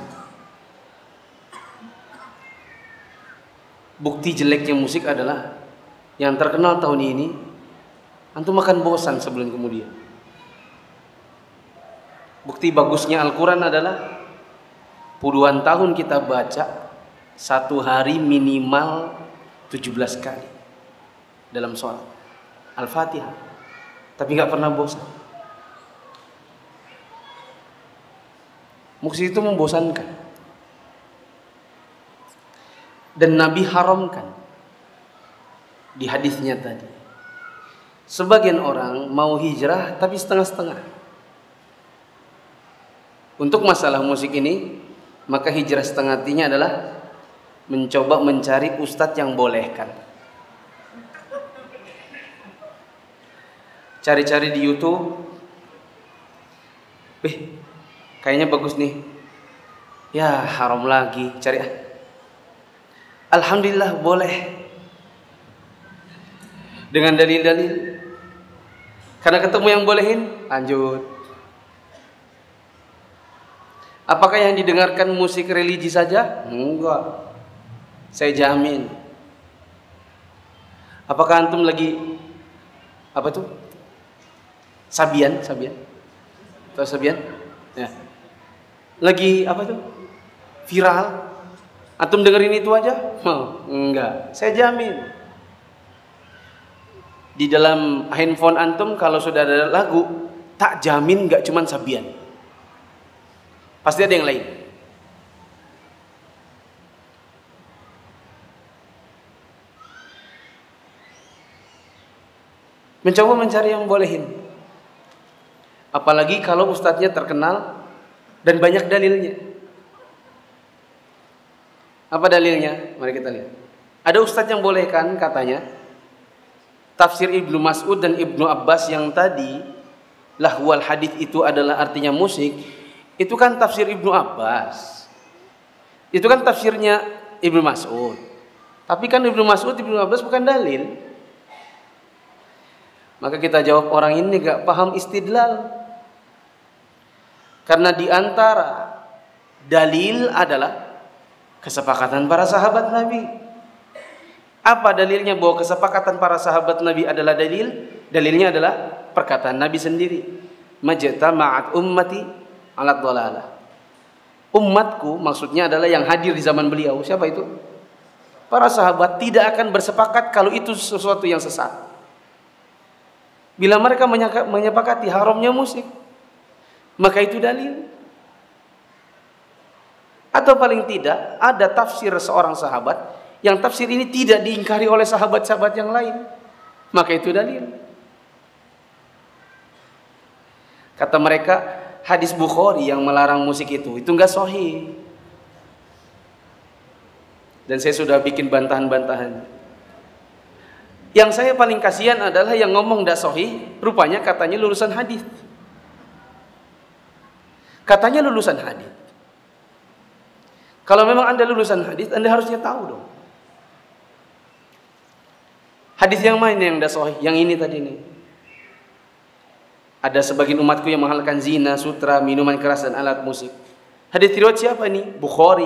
Bukti jeleknya musik adalah yang terkenal tahun ini, antum akan bosan sebelum kemudian. Bukti bagusnya Al-Quran adalah puluhan tahun kita baca, satu hari minimal tujuh belas kali dalam sholat Al-Fatihah, tapi nggak pernah bosan. Musik itu membosankan, dan Nabi haramkan di hadisnya tadi. Sebagian orang mau hijrah tapi setengah-setengah. Untuk masalah musik ini, maka hijrah setengah hatinya adalah mencoba mencari ustadz yang bolehkan. Cari-cari di YouTube, eh kayaknya bagus nih, ya haram lagi, cari ah. Alhamdulillah boleh, dengan dalil-dalil. Karena ketemu yang bolehin, lanjut. Apakah yang didengarkan musik religi saja? Enggak. Saya jamin. Apakah antum lagi apa tuh? Sabian, Sabian. Tahu Sabian? Ya. Lagi apa tuh? Viral. Antum dengerin itu aja? Oh, enggak. Saya jamin. Di dalam handphone antum kalau sudah ada lagu, tak jamin enggak cuman Sabian. Pasti ada yang lain. Mencoba mencari yang bolehin. Apalagi kalau ustadznya terkenal dan banyak dalilnya. Apa dalilnya? Mari kita lihat. Ada ustadz yang bolehkan katanya tafsir Ibnu Mas'ud dan Ibnu Abbas yang tadi lahwal hadits itu adalah artinya musik. Itu kan tafsir Ibnu Abbas. Itu kan tafsirnya Ibnu Mas'ud. Tapi kan Ibnu Mas'ud, Ibnu Abbas bukan dalil. Maka kita jawab, orang ini gak paham istidlal. Karena di antara dalil adalah kesepakatan para sahabat Nabi. Apa dalilnya bahwa kesepakatan para sahabat Nabi adalah dalil? Dalilnya adalah perkataan Nabi sendiri. Majtama'at ummati alat dhalalah. Umatku maksudnya adalah yang hadir di zaman beliau. Siapa itu? Para sahabat tidak akan bersepakat kalau itu sesuatu yang sesat. Bila mereka menyepakati haramnya musik, maka itu dalil. Atau paling tidak ada tafsir seorang sahabat yang tafsir ini tidak diingkari oleh sahabat-sahabat yang lain, maka itu dalil. Kata mereka, hadis Bukhari yang melarang musik itu itu enggak sahih. Dan saya sudah bikin bantahan-bantahan. Yang saya paling kasihan adalah yang ngomong enggak sahih, rupanya katanya lulusan hadis. Katanya lulusan hadis. Kalau memang Anda lulusan hadis, Anda harusnya tahu dong. Hadis yang mana yang enggak sahih? Yang ini tadi nih. Ada sebagian umatku yang menghalalkan zina, sutra, minuman keras dan alat musik. Hadis riwayat siapa nih? Bukhari.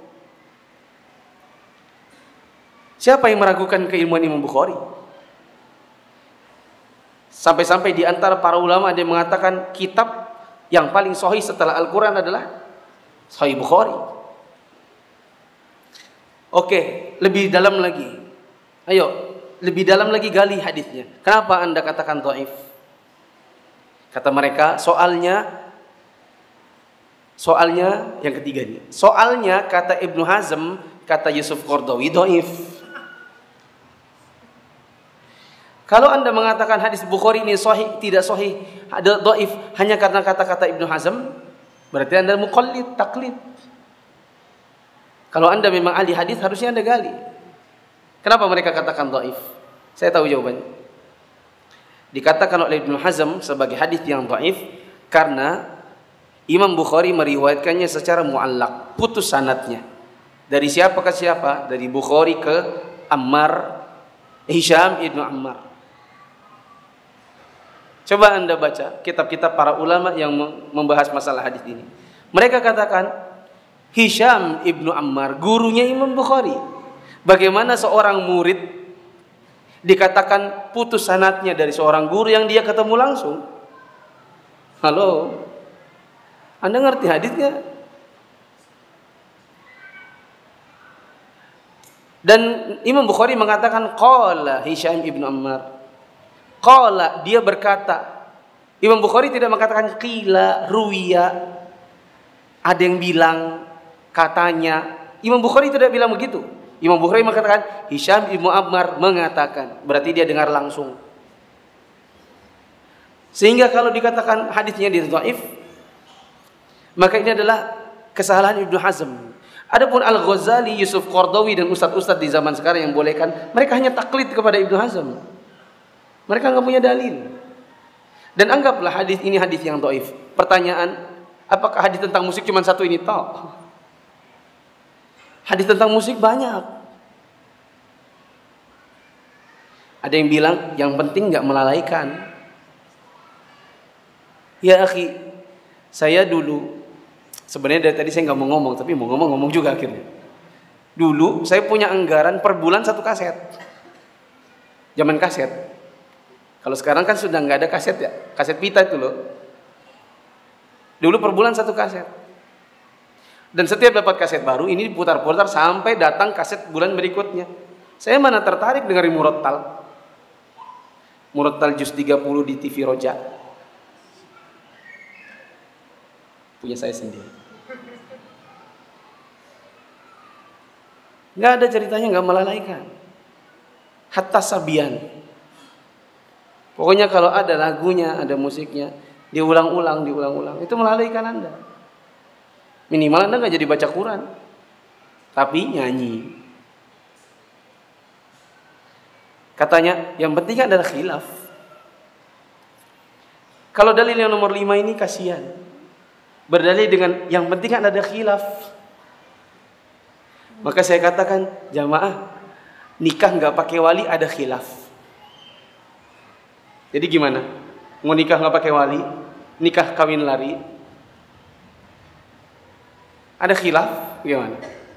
Siapa yang meragukan keilmuan Imam Bukhari? Sampai-sampai di antara para ulama ada yang mengatakan kitab yang paling sahih setelah Al-Quran adalah Sahih Bukhari. Oke, lebih dalam lagi. Ayo, lebih dalam lagi gali hadisnya. Kenapa Anda katakan dhaif? Kata mereka, soalnya soalnya yang ketiga nih. Soalnya kata Ibnu Hazm, kata Yusuf Qardawi dhaif. Kalau Anda mengatakan hadis Bukhari ini sahih, tidak sahih, ada dhaif hanya karena kata-kata Ibnu Hazm, berarti Anda muqallid, taklid. Kalau Anda memang ahli hadis harusnya Anda gali. Kenapa mereka katakan dhaif? Saya tahu jawabannya. Dikatakan oleh Ibnu Hazm sebagai hadis yang dhaif karena Imam Bukhari meriwayatkannya secara muallaq, putus sanadnya. Dari siapa ke siapa? Dari Bukhari ke Ammar Hisham ibnu Ammar. Coba Anda baca kitab-kitab para ulama yang membahas masalah hadis ini. Mereka katakan Hisham ibnu Ammar gurunya Imam Bukhari. Bagaimana seorang murid dikatakan putus sanadnya dari seorang guru yang dia ketemu langsung? Halo, Anda ngerti hadisnya? Dan Imam Bukhari mengatakan qala Hisham ibnu Ammar. Qala, dia berkata. Imam Bukhari tidak mengatakan qila, ruwiya, ada yang bilang, katanya. Imam Bukhari tidak bilang begitu. Imam Bukhari mengatakan Hisham ibnu Ammar mengatakan. Berarti dia dengar langsung. Sehingga kalau dikatakan hadisnya dia dhaif, maka ini adalah kesalahan Ibnu Hazm. Adapun Al-Ghazali, Yusuf Qardawi dan ustadz-ustadz di zaman sekarang yang bolehkan, mereka hanya taklid kepada Ibnu Hazm. Mereka nggak punya dalil. Dan anggaplah hadis ini hadis yang dhaif. Pertanyaan, apakah hadis tentang musik cuma satu ini toh? Hadis tentang musik banyak. Ada yang bilang yang penting nggak melalaikan. Ya akhi, saya dulu sebenarnya dari tadi saya nggak mau ngomong, tapi mau ngomong ngomong juga akhirnya. Dulu saya punya anggaran per bulan satu kaset. Zaman kaset. Kalau sekarang kan sudah nggak ada kaset ya, kaset pita itu loh. Dulu per bulan satu kaset. Dan setiap dapat kaset baru ini diputar-putar sampai datang kaset bulan berikutnya. Saya mana tertarik dengerin Murattal. Murattal juz tiga puluh di T V Roja. Punya saya sendiri. Nggak ada ceritanya, nggak melalaikan. Hatta sabian. Pokoknya kalau ada lagunya, ada musiknya, diulang-ulang, diulang-ulang, itu melalaikan Anda. Minimal Anda nggak jadi baca Quran, tapi nyanyi. Katanya yang penting adalah khilaf. Kalau dalil yang nomor lima ini kasihan. Berdalil dengan yang penting ada khilaf. Maka saya katakan jamaah, nikah nggak pakai wali ada khilaf. Jadi gimana? Mau nikah nggak pakai wali, nikah kawin lari, ada khilaf, gimana?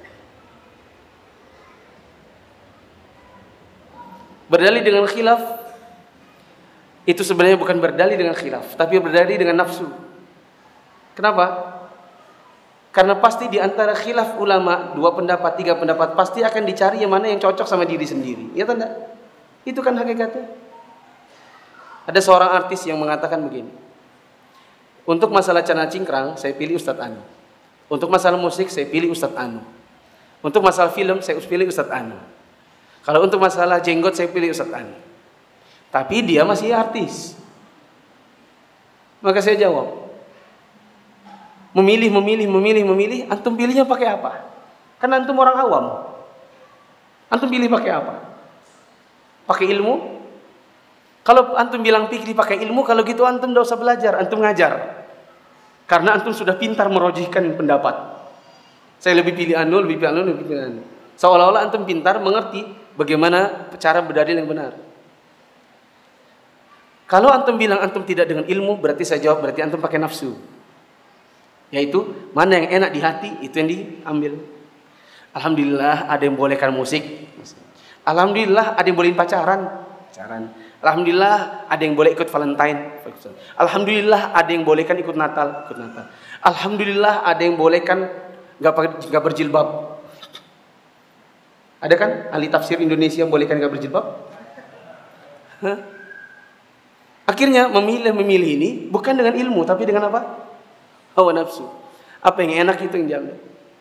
Berdalil dengan khilaf itu sebenarnya bukan berdalil dengan khilaf, tapi berdalil dengan nafsu. Kenapa? Karena pasti di antara khilaf ulama, dua pendapat, tiga pendapat, pasti akan dicari yang mana yang cocok sama diri sendiri. Ya tanda? Itu kan hakikatnya. Ada seorang artis yang mengatakan begini. Untuk masalah celana cingkrang, saya pilih Ustadz Anu. Untuk masalah musik, saya pilih Ustadz Anu. Untuk masalah film, saya pilih Ustadz Anu. Kalau untuk masalah jenggot, saya pilih Ustadz Anu. Tapi dia masih artis. Maka saya jawab, memilih, memilih, memilih, memilih, antum pilihnya pakai apa? Karena antum orang awam. Antum pilih pakai apa? Pakai ilmu? Kalau antum bilang pikir pakai ilmu, kalau gitu antum tidak usah belajar, antum ngajar. Karena antum sudah pintar merojihkan pendapat. Saya lebih pilih anu, lebih pilih anu, lebih pilih anu. Seolah-olah antum pintar mengerti bagaimana cara berdalil yang benar. Kalau antum bilang antum tidak dengan ilmu, berarti saya jawab berarti antum pakai nafsu. Yaitu mana yang enak di hati itu yang diambil. Alhamdulillah ada yang bolehkan musik. Alhamdulillah ada yang bolehin pacaran. Pacaran. Alhamdulillah ada yang boleh ikut Valentine. Alhamdulillah ada yang bolehkan ikut Natal, ikut Natal. Alhamdulillah ada yang bolehkan nggak nggak berjilbab. Ada kan ahli tafsir Indonesia yang bolehkan nggak berjilbab? Hah? Akhirnya memilih-memilih ini bukan dengan ilmu tapi dengan apa? Hawa nafsu. Apa yang enak itu yang diambil.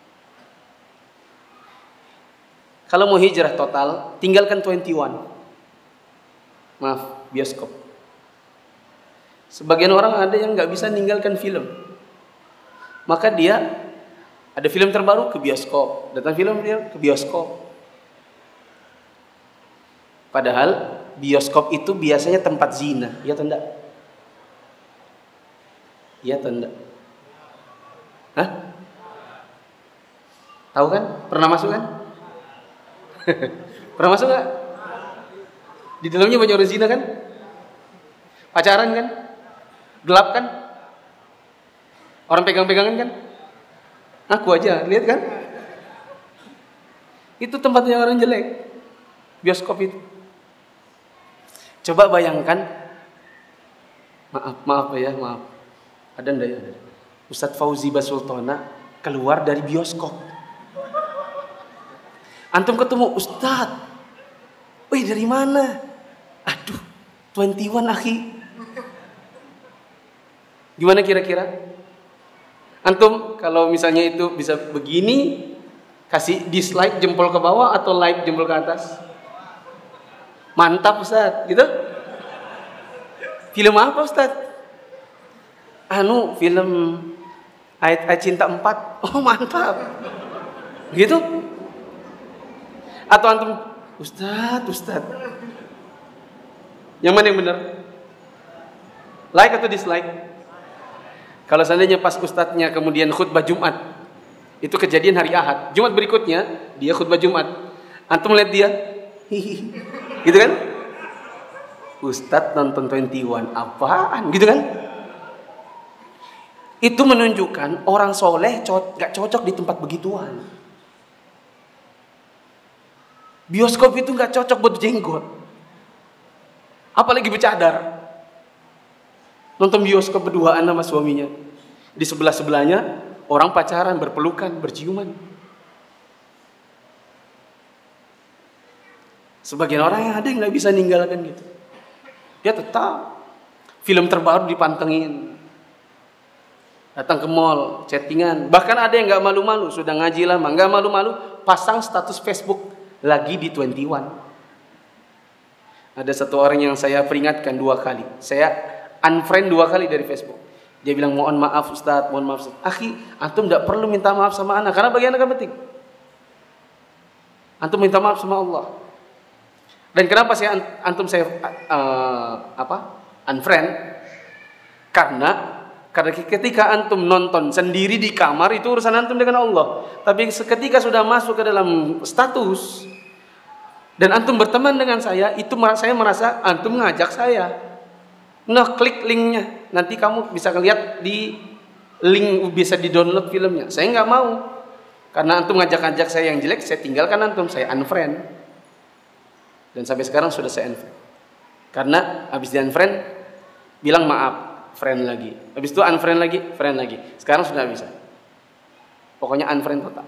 Kalau mau hijrah total, tinggalkan dua puluh satu. Maaf, bioskop. Sebagian orang ada yang nggak bisa meninggalkan film. Maka dia ada film terbaru ke bioskop, datang film dia ke bioskop. Padahal bioskop itu biasanya tempat zina, ya atau enggak? Ya atau enggak? Hah? Tahu kan? Pernah masuk kan? Pernah masuk nggak? Di dalamnya banyak orang zina kan? Pacaran kan? Gelap kan? Orang pegang-pegangan kan? Aku aja, lihat kan? Itu tempatnya orang jelek. Bioskop itu. Coba bayangkan, maaf, maaf ya, maaf. Ada ndak ya? Ustadz Fauzi Basultona keluar dari bioskop. Antum ketemu Ustadz, wih dari mana? Aduh, dua puluh satu akhi. Gimana kira-kira? Antum kalau misalnya itu bisa begini, kasih dislike jempol ke bawah atau like jempol ke atas? Mantap Ustadz, gitu? Film apa Ustadz? Anu, film Ayat-ayat Cinta empat. Oh mantap. Gitu? Atau antum, Ustadz, Ustadz. Yang mana yang benar? Like atau dislike? Kalau seandainya pas Ustadznya kemudian khutbah Jumat, itu kejadian hari Ahad, Jumat berikutnya dia khutbah Jumat, antum lihat dia, hihi, gitu kan? Ustadz nonton dua puluh satu apaan, gitu kan? Itu menunjukkan orang soleh co- gak cocok di tempat begituan. Bioskop itu gak cocok buat jenggot, apalagi bercadar. Nonton bioskop berduaan sama suaminya, di sebelah-sebelahnya orang pacaran, berpelukan, berciuman. Sebagian orang yang ada yang gak bisa ninggalkan gitu. Dia tetap film terbaru dipantengin, datang ke mall, chattingan. Bahkan ada yang gak malu-malu, sudah ngaji lama, gak malu-malu, pasang status Facebook lagi di dua puluh satu. Ada satu orang yang saya peringatkan dua kali, saya unfriend dua kali dari Facebook. Dia bilang, mohon maaf Ustadz, mohon maaf Ustadz. Akhi, antum tidak perlu minta maaf sama anak, karena bagi anak kan penting. Antum minta maaf sama Allah. Dan kenapa saya antum saya uh, apa unfriend? Karena karena ketika antum nonton sendiri di kamar itu urusan antum dengan Allah. Tapi ketika sudah masuk ke dalam status dan antum berteman dengan saya, itu saya merasa antum ngajak saya. Nah, klik linknya, nanti kamu bisa lihat di link, bisa di download filmnya. Saya nggak mau, karena antum ngajak-ngajak saya yang jelek, saya tinggalkan antum, saya unfriend. Dan sampai sekarang sudah saya unfriend. Karena habis di unfriend, bilang maaf, friend lagi. Habis itu unfriend lagi, friend lagi. Sekarang sudah bisa. Pokoknya unfriend total.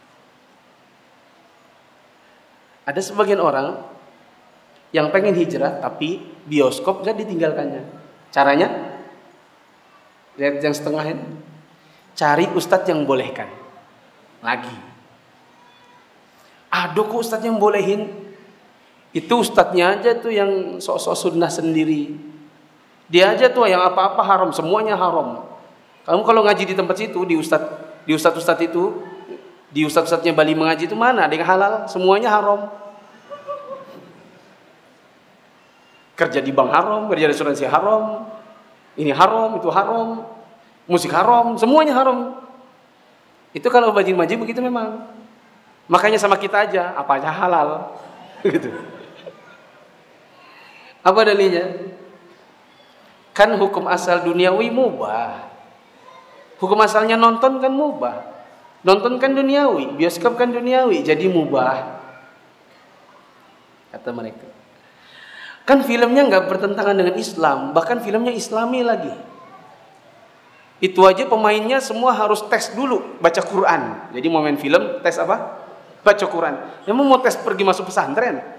Ada sebagian orang yang pengen hijrah tapi bioskop gak ditinggalkannya. Caranya? Lihat yang setengah ini. Cari ustadz yang bolehkan. Lagi. Aduh kok ustadz yang bolehin? Itu ustadznya aja tuh yang sok-sok sunnah sendiri. Dia aja tuh yang apa-apa haram, semuanya haram. Kamu kalau ngaji di tempat situ, di ustadz, di ustadz-ustadz itu, di ustadz-ustadznya Bali mengaji itu mana ada yang halal? Semuanya haram. Kerja di bank haram, kerja di asuransi haram, ini haram, itu haram, musik haram, semuanya haram. Itu kalau bajing-bajing begitu memang. Makanya sama kita aja, apa aja halal, gitu. Apa dalilnya? Kan hukum asal duniawi mubah. Hukum asalnya nonton kan mubah. Nonton kan duniawi, bioskop kan duniawi, jadi mubah. Kata mereka. Kan filmnya nggak bertentangan dengan Islam, bahkan filmnya Islami lagi. Itu aja pemainnya semua harus tes dulu baca Quran. Jadi mau main film tes apa? Baca Quran. Yang mau tes pergi masuk pesantren.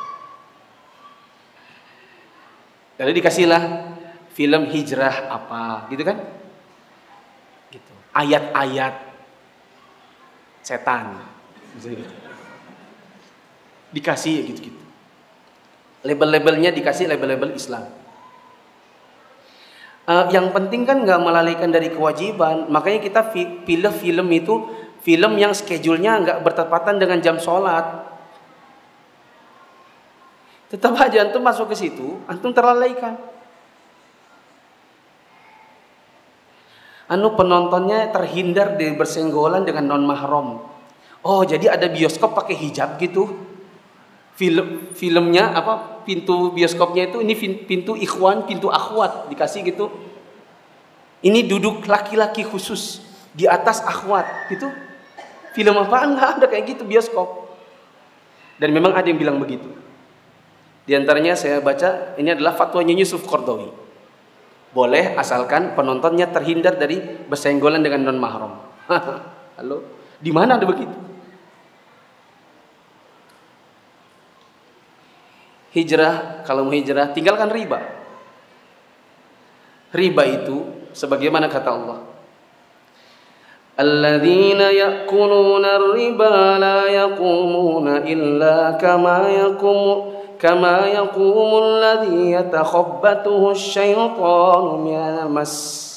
Lalu dikasihlah film hijrah apa, gitu kan? Gitu. Ayat-ayat setan. Dikasih gitu-gitu. Label-labelnya dikasih label-label Islam. Uh, yang penting kan nggak melalaikan dari kewajiban. Makanya kita pilih film itu film yang schedule-nya nggak bertepatan dengan jam sholat. Tetap aja antum masuk ke situ, antum terlalaikan. Anu penontonnya terhindar dari bersenggolan dengan non mahram. Oh, jadi ada bioskop pakai hijab gitu. Film filmnya apa? Pintu bioskopnya itu ini pintu ikhwan, pintu akhwat dikasih gitu. Ini duduk laki-laki khusus di atas akhwat gitu. Film apaan? Nggak ada kayak gitu bioskop. Dan memang ada yang bilang begitu. Di antaranya saya baca ini adalah fatwanya Yusuf Qaradawi. Boleh asalkan penontonnya terhindar dari bersenggolan dengan non mahram. Halo, di mana ada begitu? Hijrah, kalau mau hijrah tinggalkan riba. Riba itu sebagaimana kata Allah, alladzina ya'kuluna ar-riba la yaqumuna illa kama yaqumu kama yaqumu alladzi yatakhabbathu asy-syaitanu minal mas.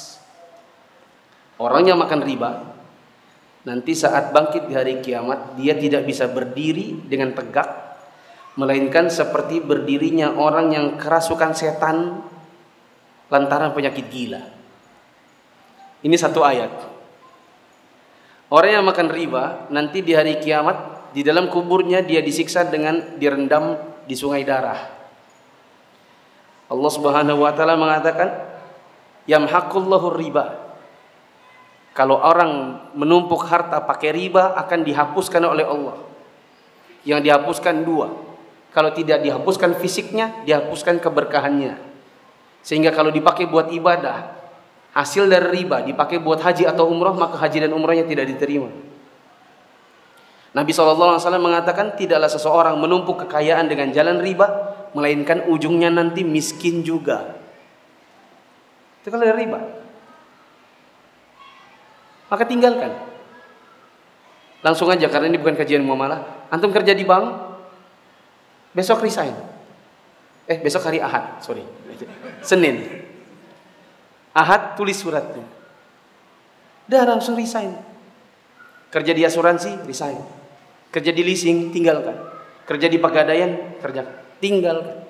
Orang yang makan riba nanti saat bangkit di hari kiamat dia tidak bisa berdiri dengan tegak, melainkan seperti berdirinya orang yang kerasukan setan lantaran penyakit gila. Ini satu ayat. Orang yang makan riba nanti di hari kiamat di dalam kuburnya dia disiksa dengan direndam di sungai darah. Allah Subhanahu wa taala mengatakan, yamhaqullahu riba. Kalau orang menumpuk harta pakai riba akan dihapuskan oleh Allah. Yang dihapuskan dua. Kalau tidak dihapuskan fisiknya, dihapuskan keberkahannya. Sehingga kalau dipakai buat ibadah, hasil dari riba dipakai buat haji atau umrah, maka haji dan umrahnya tidak diterima. Nabi shallallahu alaihi wasallam mengatakan, tidaklah seseorang menumpuk kekayaan dengan jalan riba, melainkan ujungnya nanti miskin juga. Itu kalau dari riba. Maka tinggalkan. Langsung aja, karena ini bukan kajian muamalah. Antum kerja di bank, besok resign. Eh besok hari Ahad, sorry. Senin. Ahad tulis suratnya. Dah langsung resign. Kerja di asuransi, resign. Kerja di leasing, tinggalkan. Kerja di pegadaian, kerja, tinggalkan.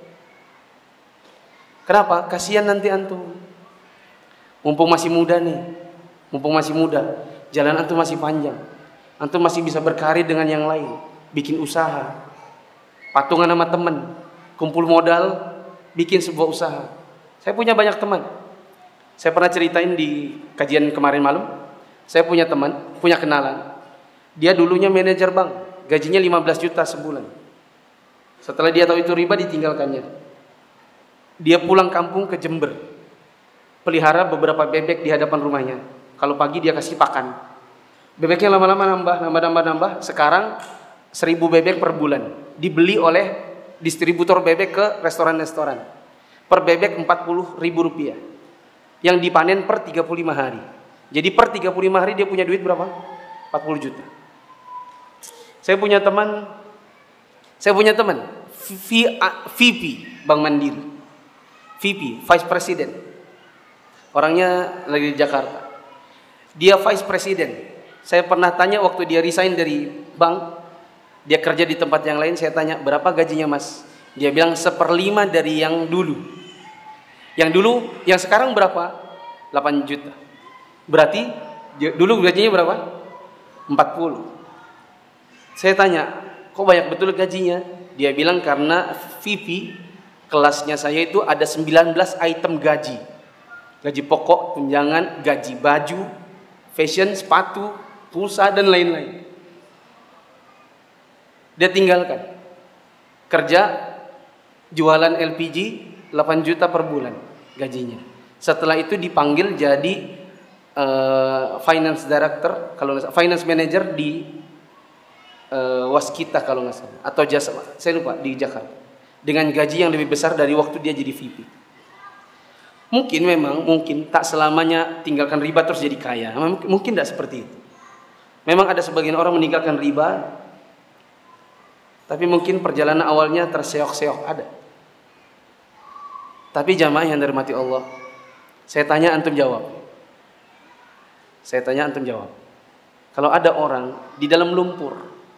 Kenapa? Kasihan nanti antum. Mumpung masih muda nih. Mumpung masih muda, jalan antum masih panjang. Antum masih bisa berkarir dengan yang lain, bikin usaha, patungan sama teman, kumpul modal, bikin sebuah usaha. Saya punya banyak teman. Saya pernah ceritain di kajian kemarin malam. Saya punya teman, punya kenalan. Dia dulunya manajer bank, gajinya lima belas juta sebulan. Setelah dia tahu itu riba, ditinggalkannya. Dia pulang kampung ke Jember, pelihara beberapa bebek di hadapan rumahnya. Kalau pagi dia kasih pakan. Bebeknya lama-lama nambah, nambah, nambah, nambah. Sekarang seribu bebek per bulan. Dibeli oleh distributor bebek ke restoran-restoran. Per bebek empat puluh ribu rupiah. Yang dipanen per tiga puluh lima hari. Jadi per tiga puluh lima hari dia punya duit berapa? empat puluh juta. Saya punya teman, saya punya teman, V P Bank Mandiri. V P, Vice President. Orangnya lagi di Jakarta. Dia Vice President. Saya pernah tanya waktu dia resign dari bank, dia kerja di tempat yang lain, saya tanya, berapa gajinya mas? Dia bilang seperlima dari yang dulu. Yang dulu, yang sekarang berapa? delapan juta. Berarti dulu gajinya berapa? empat puluh. Saya tanya, kok banyak betul gajinya? Dia bilang karena V P kelasnya saya itu ada sembilan belas item gaji. Gaji pokok, tunjangan, gaji baju, fashion, sepatu, pulsa dan lain-lain. Dia tinggalkan. Kerja jualan L P G delapan juta per bulan gajinya. Setelah itu dipanggil jadi uh, finance director, kalau nggak salah, finance manager di uh, Waskita kalau nggak salah, atau jasa, saya lupa, di Jakarta. Dengan gaji yang lebih besar dari waktu dia jadi V P. Mungkin memang, mungkin tak selamanya tinggalkan riba terus jadi kaya. Mungkin tidak seperti itu. Memang ada sebagian orang meninggalkan riba, tapi mungkin perjalanan awalnya terseok-seok, ada. Tapi jamaah yang dirahmati Allah, saya tanya antum jawab. Saya tanya antum jawab. Kalau ada orang di dalam lumpur,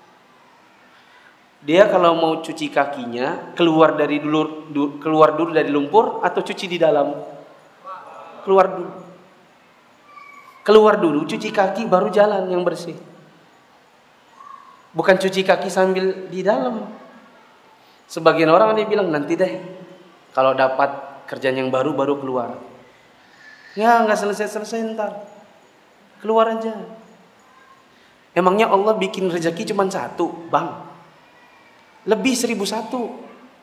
dia kalau mau cuci kakinya keluar dari dulu, du, keluar dulu dari lumpur atau cuci di dalam? Keluar dulu. Keluar dulu, cuci kaki baru jalan yang bersih. Bukan cuci kaki sambil di dalam. Sebagian orang dia bilang nanti deh, kalau dapat kerjaan yang baru baru keluar. Ya nggak selesai-selesai ntar, keluar aja. Emangnya Allah bikin rezeki cuma satu, bang? Lebih seribu satu.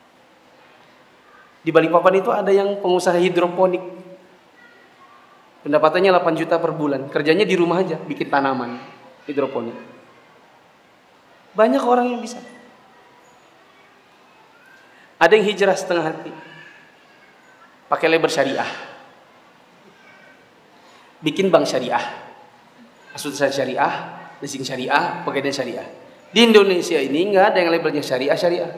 Di Balikpapan itu ada yang pengusaha hidroponik, pendapatannya delapan juta per bulan, kerjanya di rumah aja, bikin tanaman hidroponik. Banyak orang yang bisa. Ada yang hijrah setengah hati, pakai label syariah, bikin bank syariah, asuransi syariah, leasing syariah, pegadaian syariah. Di Indonesia ini nggak ada yang labelnya syariah syariah.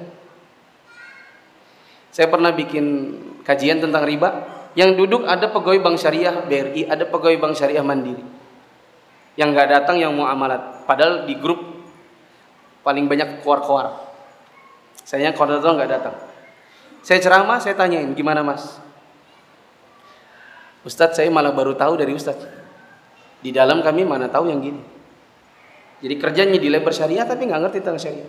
Saya pernah bikin kajian tentang riba, yang duduk ada pegawai bank syariah B R I, ada pegawai bank syariah Mandiri. Yang nggak datang yang muamalat, padahal di grup paling banyak koar-koar. Sayangnya koordinator nggak datang. Saya ceramah, saya tanyain, gimana mas? Ustadz, saya malah baru tahu dari Ustadz. Di dalam kami mana tahu yang gini. Jadi kerjanya di label syariah tapi nggak ngerti tentang syariah.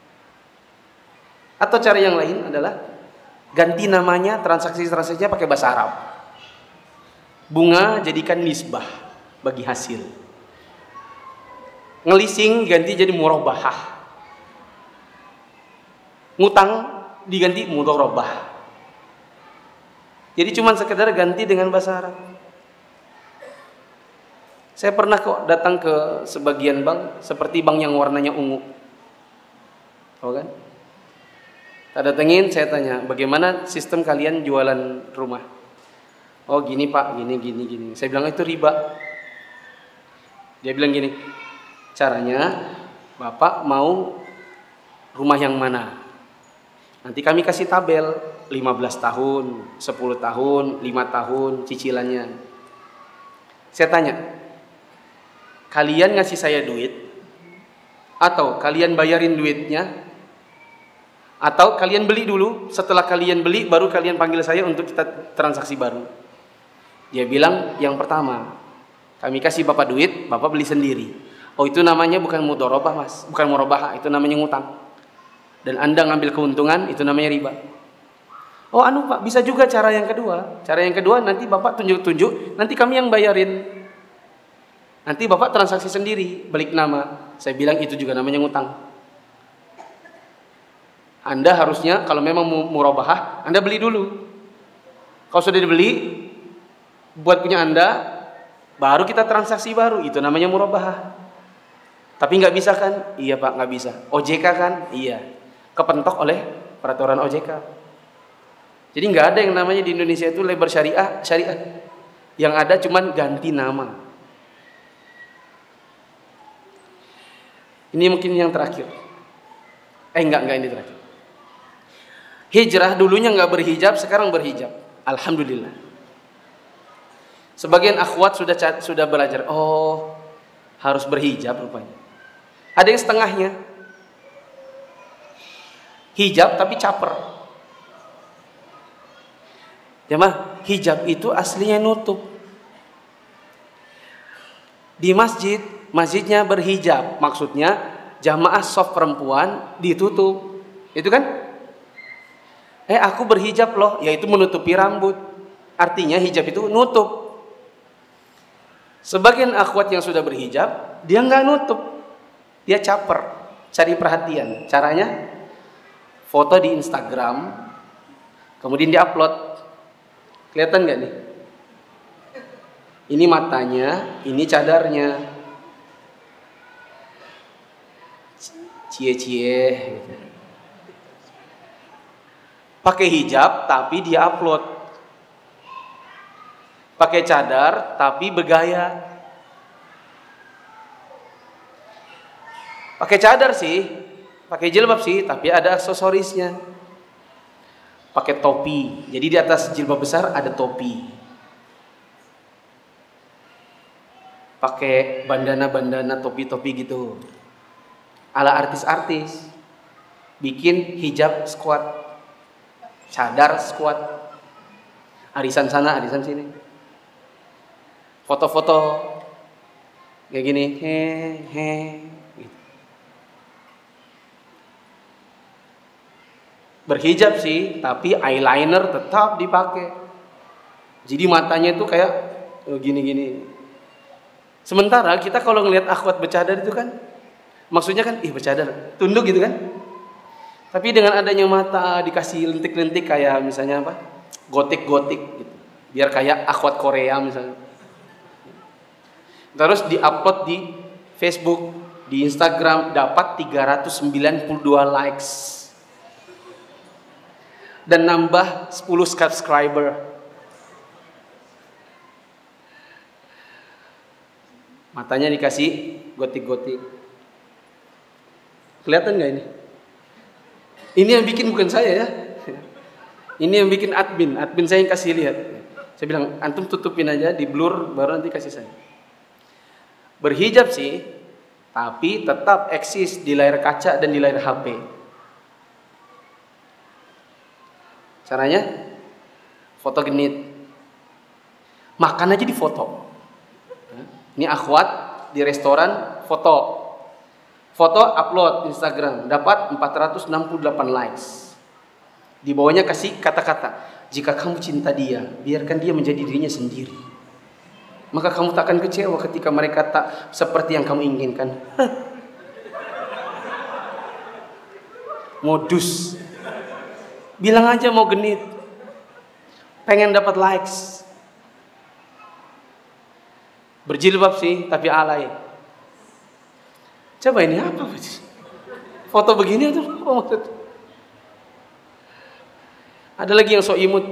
Atau cara yang lain adalah ganti namanya, transaksi-transaksinya pakai bahasa Arab. Bunga jadikan nisbah bagi hasil. Ngelising ganti jadi murabahah. Ngutang diganti mudharabah. Jadi cuma sekedar ganti dengan bahasa Arab. Saya pernah kok datang ke sebagian bank seperti bank yang warnanya ungu. Tahu kan? Tak datengin, saya tanya, bagaimana sistem kalian jualan rumah? Oh gini pak, gini gini gini. Saya bilang itu riba. Dia bilang gini, caranya bapak mau rumah yang mana? Nanti kami kasih tabel lima belas tahun, sepuluh tahun, lima tahun cicilannya. Saya tanya, kalian ngasih saya duit atau kalian bayarin duitnya atau kalian beli dulu, setelah kalian beli baru kalian panggil saya untuk kita transaksi baru? Dia bilang yang pertama, kami kasih bapak duit, bapak beli sendiri. Oh itu namanya bukan mudharabah mas, bukan murabahah, itu namanya ngutang. Dan anda ngambil keuntungan, itu namanya riba. Oh anu pak, bisa juga cara yang kedua. Cara yang kedua nanti bapak tunjuk-tunjuk, nanti kami yang bayarin. Nanti bapak transaksi sendiri, balik nama. Saya bilang itu juga namanya ngutang. Anda harusnya kalau memang murabahah, anda beli dulu. Kalau sudah dibeli, buat punya anda, baru kita transaksi baru, itu namanya murabahah. Tapi nggak bisa kan? Iya pak, nggak bisa. O J K kan? Iya. Kepentok oleh peraturan O J K. Jadi nggak ada yang namanya di Indonesia itu label syariah, syariah. Yang ada cuman ganti nama. Ini mungkin yang terakhir. Eh enggak, enggak ini terakhir. Hijrah dulunya nggak berhijab, sekarang berhijab. Alhamdulillah. Sebagian akhwat sudah sudah belajar. Oh, harus berhijab rupanya. Ada yang setengahnya. Hijab tapi caper. Jemaah, hijab itu aslinya nutup. Di masjid, masjidnya berhijab. Maksudnya jamaah shaf perempuan ditutup. Itu kan? Eh aku berhijab loh, yaitu menutupi rambut. Artinya hijab itu nutup. Sebagian akhwat yang sudah berhijab, dia nggak nutup. Dia caper, cari perhatian. Caranya foto di Instagram, kemudian diupload. Kelihatan nggak nih? Ini matanya, ini cadarnya. Cie-cie. Pakai hijab tapi dia upload. Pakai cadar tapi bergaya. Pakai cadar sih, pakai jilbab sih, tapi ada aksesorisnya. Pakai topi. Jadi di atas jilbab besar ada topi. Pakai bandana-bandana, topi-topi gitu. Ala artis-artis. Bikin hijab squat. Cadar squat. Arisan sana, arisan sini. Foto-foto kayak gini, he he. Gitu. Berhijab sih, tapi eyeliner tetap dipakai. Jadi matanya itu kayak gini-gini. Sementara kita kalau ngelihat akhwat bercadar itu kan, maksudnya kan, ih bercadar, tunduk gitu kan. Tapi dengan adanya mata dikasih lentik-lentik kayak misalnya apa, gotik-gotik gitu. Biar kayak akhwat Korea misalnya. Terus diupload di Facebook, di Instagram, dapat tiga ratus sembilan puluh dua likes. Dan nambah sepuluh subscriber. Matanya dikasih gotik-gotik. Kelihatan gak ini? Ini yang bikin bukan saya ya. Ini yang bikin admin. Admin saya yang kasih lihat. Saya bilang, antum tutupin aja, di blur, baru nanti kasih saya. Berhijab sih, tapi tetap eksis di layar kaca dan di layar H P. Caranya foto genit, makan aja di foto. Ini akhwat di restoran foto, foto upload Instagram dapat empat ratus enam puluh delapan likes. Di bawahnya kasih kata-kata, jika kamu cinta dia, biarkan dia menjadi dirinya sendiri. Maka kamu tak akan kecewa ketika mereka tak seperti yang kamu inginkan. Modus. Bilang aja mau genit, pengen dapat likes. Berjilbab sih, tapi alay. Coba ini apa? Foto begini atau apa maksud? Ada lagi yang sok imut.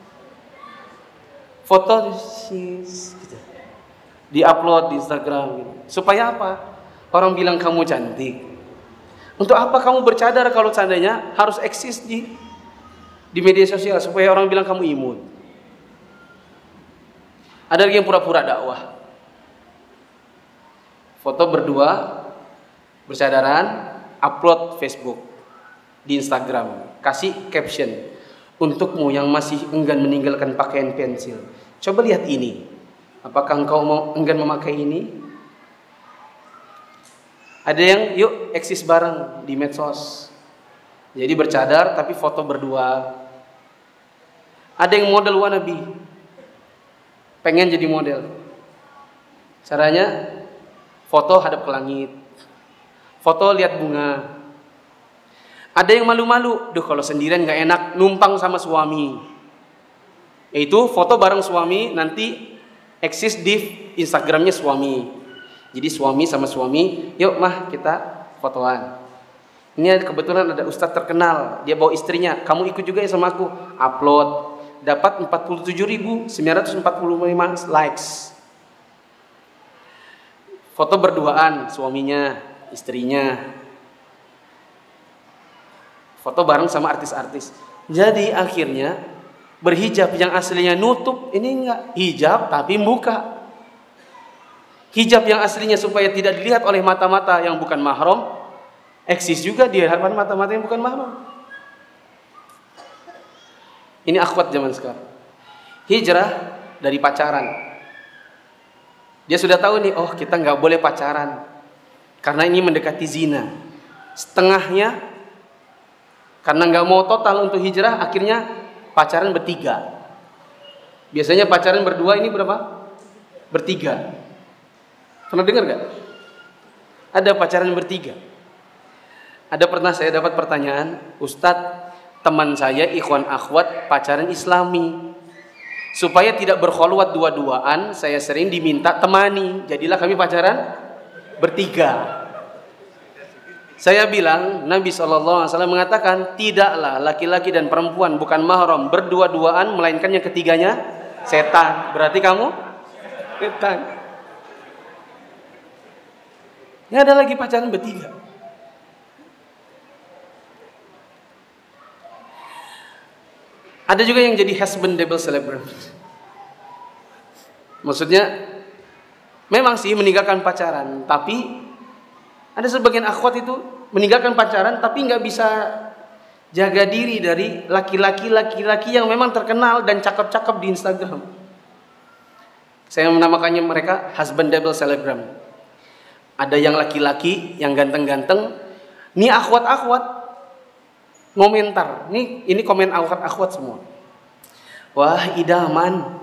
Foto gitu, di-upload di Instagram gitu. Supaya apa? Orang bilang kamu cantik. Untuk apa kamu bercadar kalau seandainya harus eksis di di media sosial supaya orang bilang kamu imut. Ada lagi yang pura-pura dakwah. Foto berdua bercadaran, upload Facebook, di Instagram, kasih caption, untukmu yang masih enggan meninggalkan pakaian pensil, coba lihat ini. Apakah engkau mau enggan memakai ini? Ada yang yuk eksis bareng di medsos. Jadi bercadar tapi foto berdua. Ada yang model wannabe, pengen jadi model. Caranya foto hadap ke langit, foto lihat bunga. Ada yang malu-malu, duh kalau sendirian gak enak, numpang sama suami. Yaitu foto bareng suami, nanti eksis di Instagramnya suami. Jadi suami sama suami, yuk mah kita fotoan. Ini kebetulan ada ustadz terkenal, dia bawa istrinya, kamu ikut juga ya sama aku, upload, dapat empat puluh tujuh ribu sembilan ratus empat puluh lima likes. Foto berduaan, suaminya, istrinya, foto bareng sama artis-artis. Jadi akhirnya berhijab yang aslinya nutup, ini enggak hijab tapi buka. Hijab yang aslinya supaya tidak dilihat oleh mata-mata yang bukan mahram, eksis juga di hadapan mata-mata yang bukan mahram. Ini akhwat zaman sekarang. Hijrah dari pacaran. Dia sudah tahu nih, oh kita nggak boleh pacaran karena ini mendekati zina. Setengahnya karena nggak mau total untuk hijrah, akhirnya pacaran bertiga. Biasanya pacaran berdua, ini berapa? Bertiga. Pernah dengar nggak? Ada pacaran bertiga. Ada pernah saya dapat pertanyaan, Ustadz, teman saya ikhwan akhwat pacaran Islami. Supaya tidak berkholwat dua-duaan, saya sering diminta temani. Jadilah kami pacaran bertiga. Saya bilang, Nabi shallallahu alaihi wasallam mengatakan, tidaklah laki-laki dan perempuan bukan mahram berdua-duaan, melainkan yang ketiganya setan. Berarti kamu setan. Ya ada lagi pacaran bertiga. Ada juga yang jadi husband double celebrant. Maksudnya memang sih meninggalkan pacaran, tapi ada sebagian akhwat itu meninggalkan pacaran tapi nggak bisa jaga diri dari laki-laki laki-laki yang memang terkenal dan cakep-cakep di Instagram. Saya menamakannya mereka husband double celebrant. Ada yang laki-laki yang ganteng-ganteng, nih akhwat-akhwat ngomentar. Ini ini komen akhwat-akhwat semua. Wah, idaman.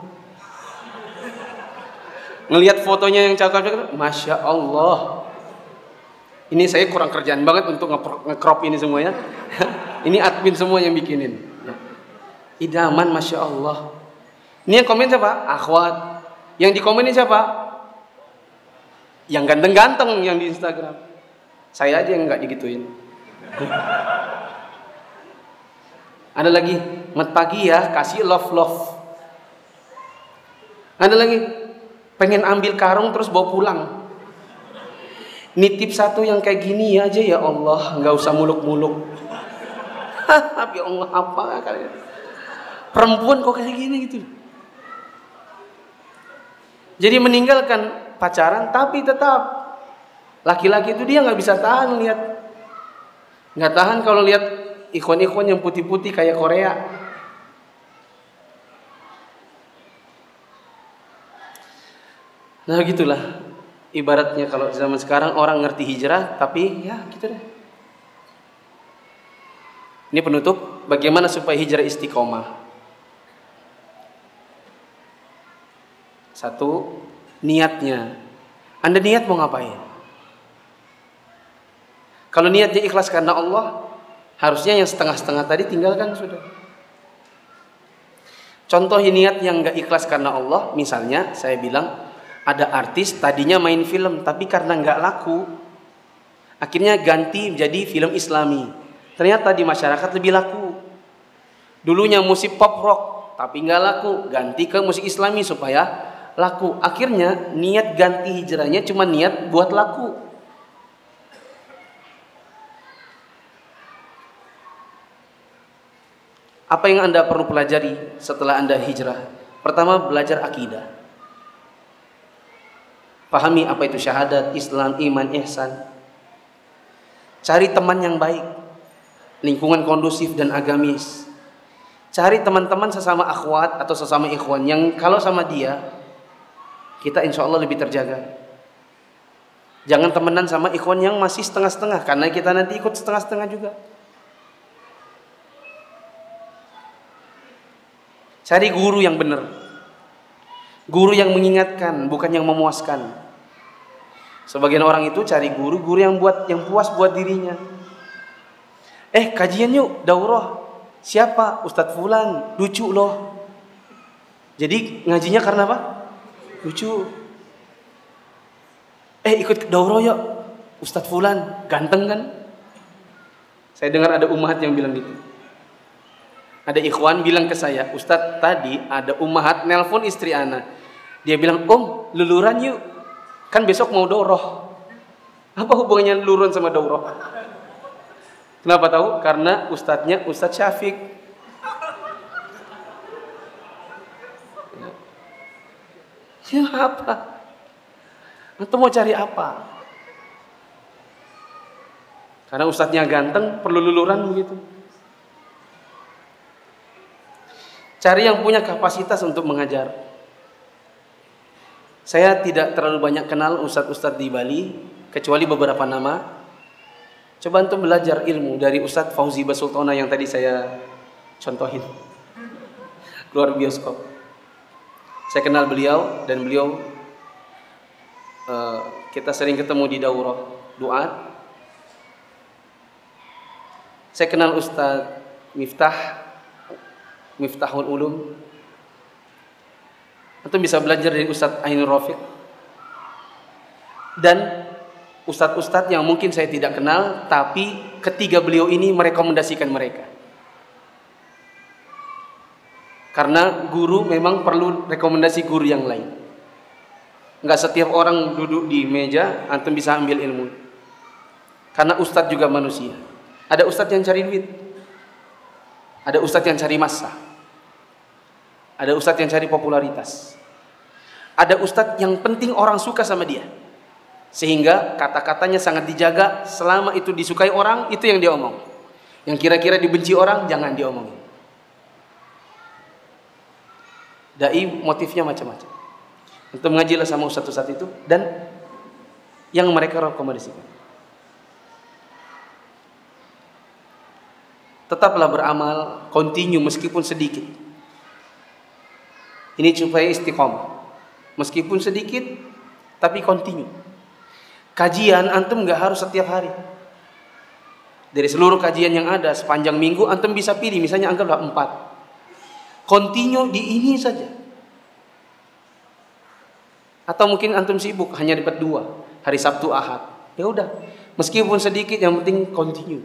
Ngelihat fotonya yang cakep-cakep, Masya Allah. Ini saya kurang kerjaan banget untuk nge-crop ini semuanya. Ini admin semua yang bikinin. Idaman, Masya Allah. Ini yang komen siapa? Akhwat. Yang dikomenin siapa? Yang ganteng-ganteng yang di Instagram. Saya aja yang nggak digituin. Ada lagi, mat pagi ya, kasih love love. Ada lagi, pengen ambil karung terus bawa pulang. Nitip satu yang kayak gini aja ya Allah, nggak usah muluk-muluk. Ya Allah, apa kalian? Perempuan kok kayak gini gitu. Jadi meninggalkan pacaran, tapi tetap laki-laki itu dia nggak bisa tahan lihat, nggak tahan kalau lihat ikhwan-ikhwan yang putih-putih kayak Korea. Nah gitulah ibaratnya kalau zaman sekarang orang ngerti hijrah, tapi ya gitu deh. Ini penutup, bagaimana supaya hijrah istiqomah. Satu, niatnya. Anda niat mau ngapain? Kalau niatnya ikhlas karena Allah, harusnya yang setengah-setengah tadi tinggalkan sudah. Contoh niat yang gak ikhlas karena Allah, misalnya saya bilang ada artis tadinya main film, tapi karena gak laku, akhirnya ganti jadi film Islami. Ternyata di masyarakat lebih laku. Dulunya musik pop rock, tapi gak laku, ganti ke musik Islami supaya laku. Akhirnya niat ganti hijrahnya cuma niat buat laku. Apa yang Anda perlu pelajari setelah Anda hijrah? Pertama, belajar akidah. Pahami apa itu syahadat, Islam, iman, ihsan. Cari teman yang baik, lingkungan kondusif dan agamis. Cari teman-teman sesama akhwat atau sesama ikhwan yang kalau sama dia kita insya Allah lebih terjaga. Jangan temenan sama ikhwan yang masih setengah-setengah, karena kita nanti ikut setengah-setengah juga. Cari guru yang benar, guru yang mengingatkan, bukan yang memuaskan. Sebagian orang itu cari guru, guru yang buat yang puas buat dirinya. Eh kajian yuk, daurah. Siapa? Ustadz Fulan, lucu loh. Jadi ngajinya karena apa? Lucu. Eh ikut daurah yuk, Ustadz Fulan, ganteng kan? Saya dengar ada ummahat yang bilang gitu. Ada ikhwan bilang ke saya, Ustadz tadi ada ummahat nelpon istri ana. Dia bilang, Om luluran yuk, kan besok mau daurah. Apa hubungannya luluran sama daurah? Kenapa tahu? Karena ustadznya Ustadz Syafiq. Ya apa? Atau mau cari apa? Karena ustadznya ganteng, perlu luluran begitu. Cari yang punya kapasitas untuk mengajar. Saya tidak terlalu banyak kenal ustadz-ustadz di Bali, kecuali beberapa nama. Coba antum belajar ilmu dari Ustadz Fauzi Basultona yang tadi saya contohin. Keluar bioskop. Saya kenal beliau dan beliau uh, kita sering ketemu di daurah Duat. Saya kenal Ustadz Miftah Miftahul Ulum. Antum bisa belajar dari Ustadz Ainur Rafiq. Dan ustadz-ustadz yang mungkin saya tidak kenal, tapi ketiga beliau ini merekomendasikan mereka. Karena guru memang perlu rekomendasi guru yang lain. Enggak setiap orang duduk di meja antum bisa ambil ilmu. Karena ustadz juga manusia. Ada ustadz yang cari duit, ada ustadz yang cari massa, ada ustadz yang cari popularitas, ada ustadz yang penting orang suka sama dia, sehingga kata-katanya sangat dijaga. Selama itu disukai orang, itu yang dia omong. Yang kira-kira dibenci orang, jangan diomongin. Dai motifnya macam-macam. Untuk mengajilah sama ustadz-ustadz itu dan yang mereka rekomendasikan. Tetaplah beramal, continue meskipun sedikit. Ini supaya istiqomah. Meskipun sedikit, tapi continue. Kajian antum nggak harus setiap hari. Dari seluruh kajian yang ada sepanjang minggu, antum bisa pilih, misalnya anggaplah empat. Continue di ini saja. Atau mungkin antum sibuk hanya dapat dua, hari Sabtu Ahad. Ya udah, meskipun sedikit, yang penting continue.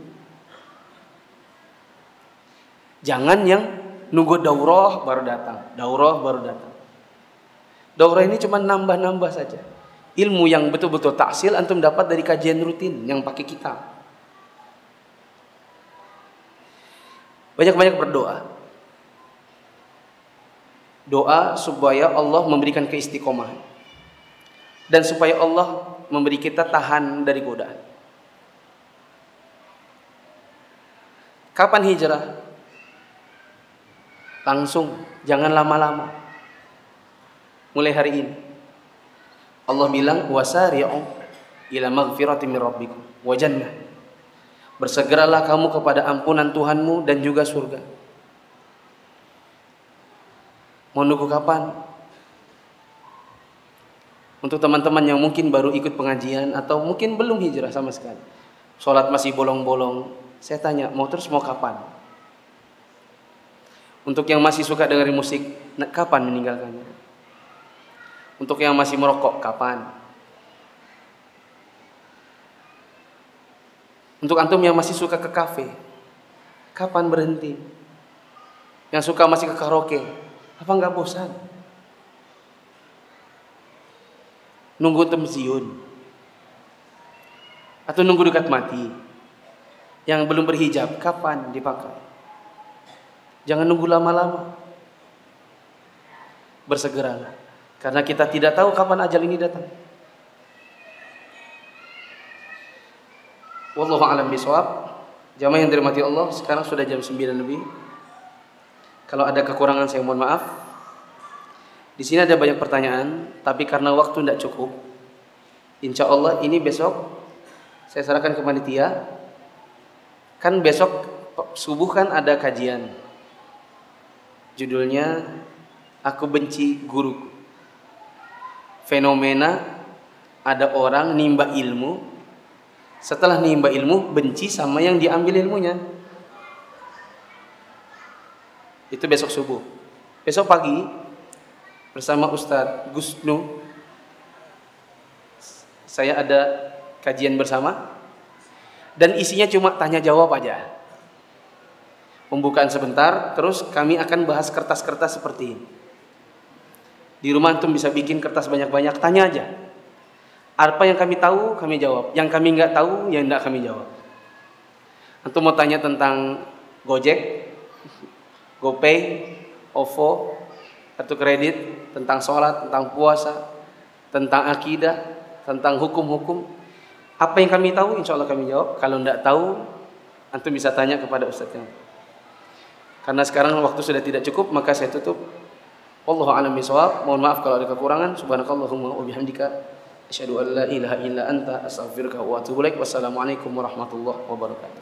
Jangan yang nunggu daurah baru datang, daurah baru datang. Daurah ini cuma nambah-nambah saja. Ilmu yang betul-betul taksil antum dapat dari kajian rutin yang pakai kitab. Banyak-banyak berdoa. Doa supaya Allah memberikan keistiqomahan. Dan supaya Allah memberi kita tahan dari godaan. Kapan hijrah? Langsung, jangan lama-lama. Mulai hari ini. Allah bilang, wasari'u ila maghfiratin min rabbikum wa jannah. Bersegeralah kamu kepada ampunan Tuhanmu dan juga surga. Mau nunggu kapan? Untuk teman-teman yang mungkin baru ikut pengajian atau mungkin belum hijrah sama sekali, sholat masih bolong-bolong, saya tanya, mau terus mau kapan? Untuk yang masih suka dengerin musik, kapan meninggalkannya? Untuk yang masih merokok, kapan? Untuk antum yang masih suka ke kafe, kapan berhenti? Yang suka masih ke karaoke, apa nggak bosan? Nunggu pensiun? Atau nunggu dekat mati? Yang belum berhijab, kapan dipakai? Jangan nunggu lama-lama. Bersegeralah. Karena kita tidak tahu kapan ajal ini datang. Wallahu a'lam bishawab. Jamaah yang dirahmati Allah, sekarang sudah jam sembilan lebih. Kalau ada kekurangan saya mohon maaf. Di sini ada banyak pertanyaan, tapi karena waktu tidak cukup, insya Allah ini besok saya serahkan ke panitia. Kan besok subuh kan ada kajian. Judulnya Aku Benci Guruku. Fenomena ada orang nimba ilmu, setelah nimba ilmu benci sama yang diambil ilmunya. Itu besok subuh. Besok pagi bersama Ustadz Gusnu saya ada kajian bersama, dan isinya cuma tanya jawab aja. Pembukaan sebentar, terus kami akan bahas kertas-kertas seperti ini. Di rumah antum bisa bikin kertas banyak-banyak, tanya aja. Apa yang kami tahu, kami jawab. Yang kami nggak tahu, yang nggak kami jawab. Antum mau tanya tentang Gojek, GoPay, OVO, kartu kredit, tentang sholat, tentang puasa, tentang akidah, tentang hukum-hukum. Apa yang kami tahu, insya Allah kami jawab. Kalau nggak tahu, antum bisa tanya kepada Ustadz yang. Karena sekarang waktu sudah tidak cukup, maka saya tutup. Wallahu a'lam bishawab. Mohon maaf kalau ada kekurangan. Subhanakallahumma wa bihamdika asyhadu an la ilaha illa anta astaghfiruka wa atubu ilaik. Wassalamualaikum warahmatullahi wabarakatuh.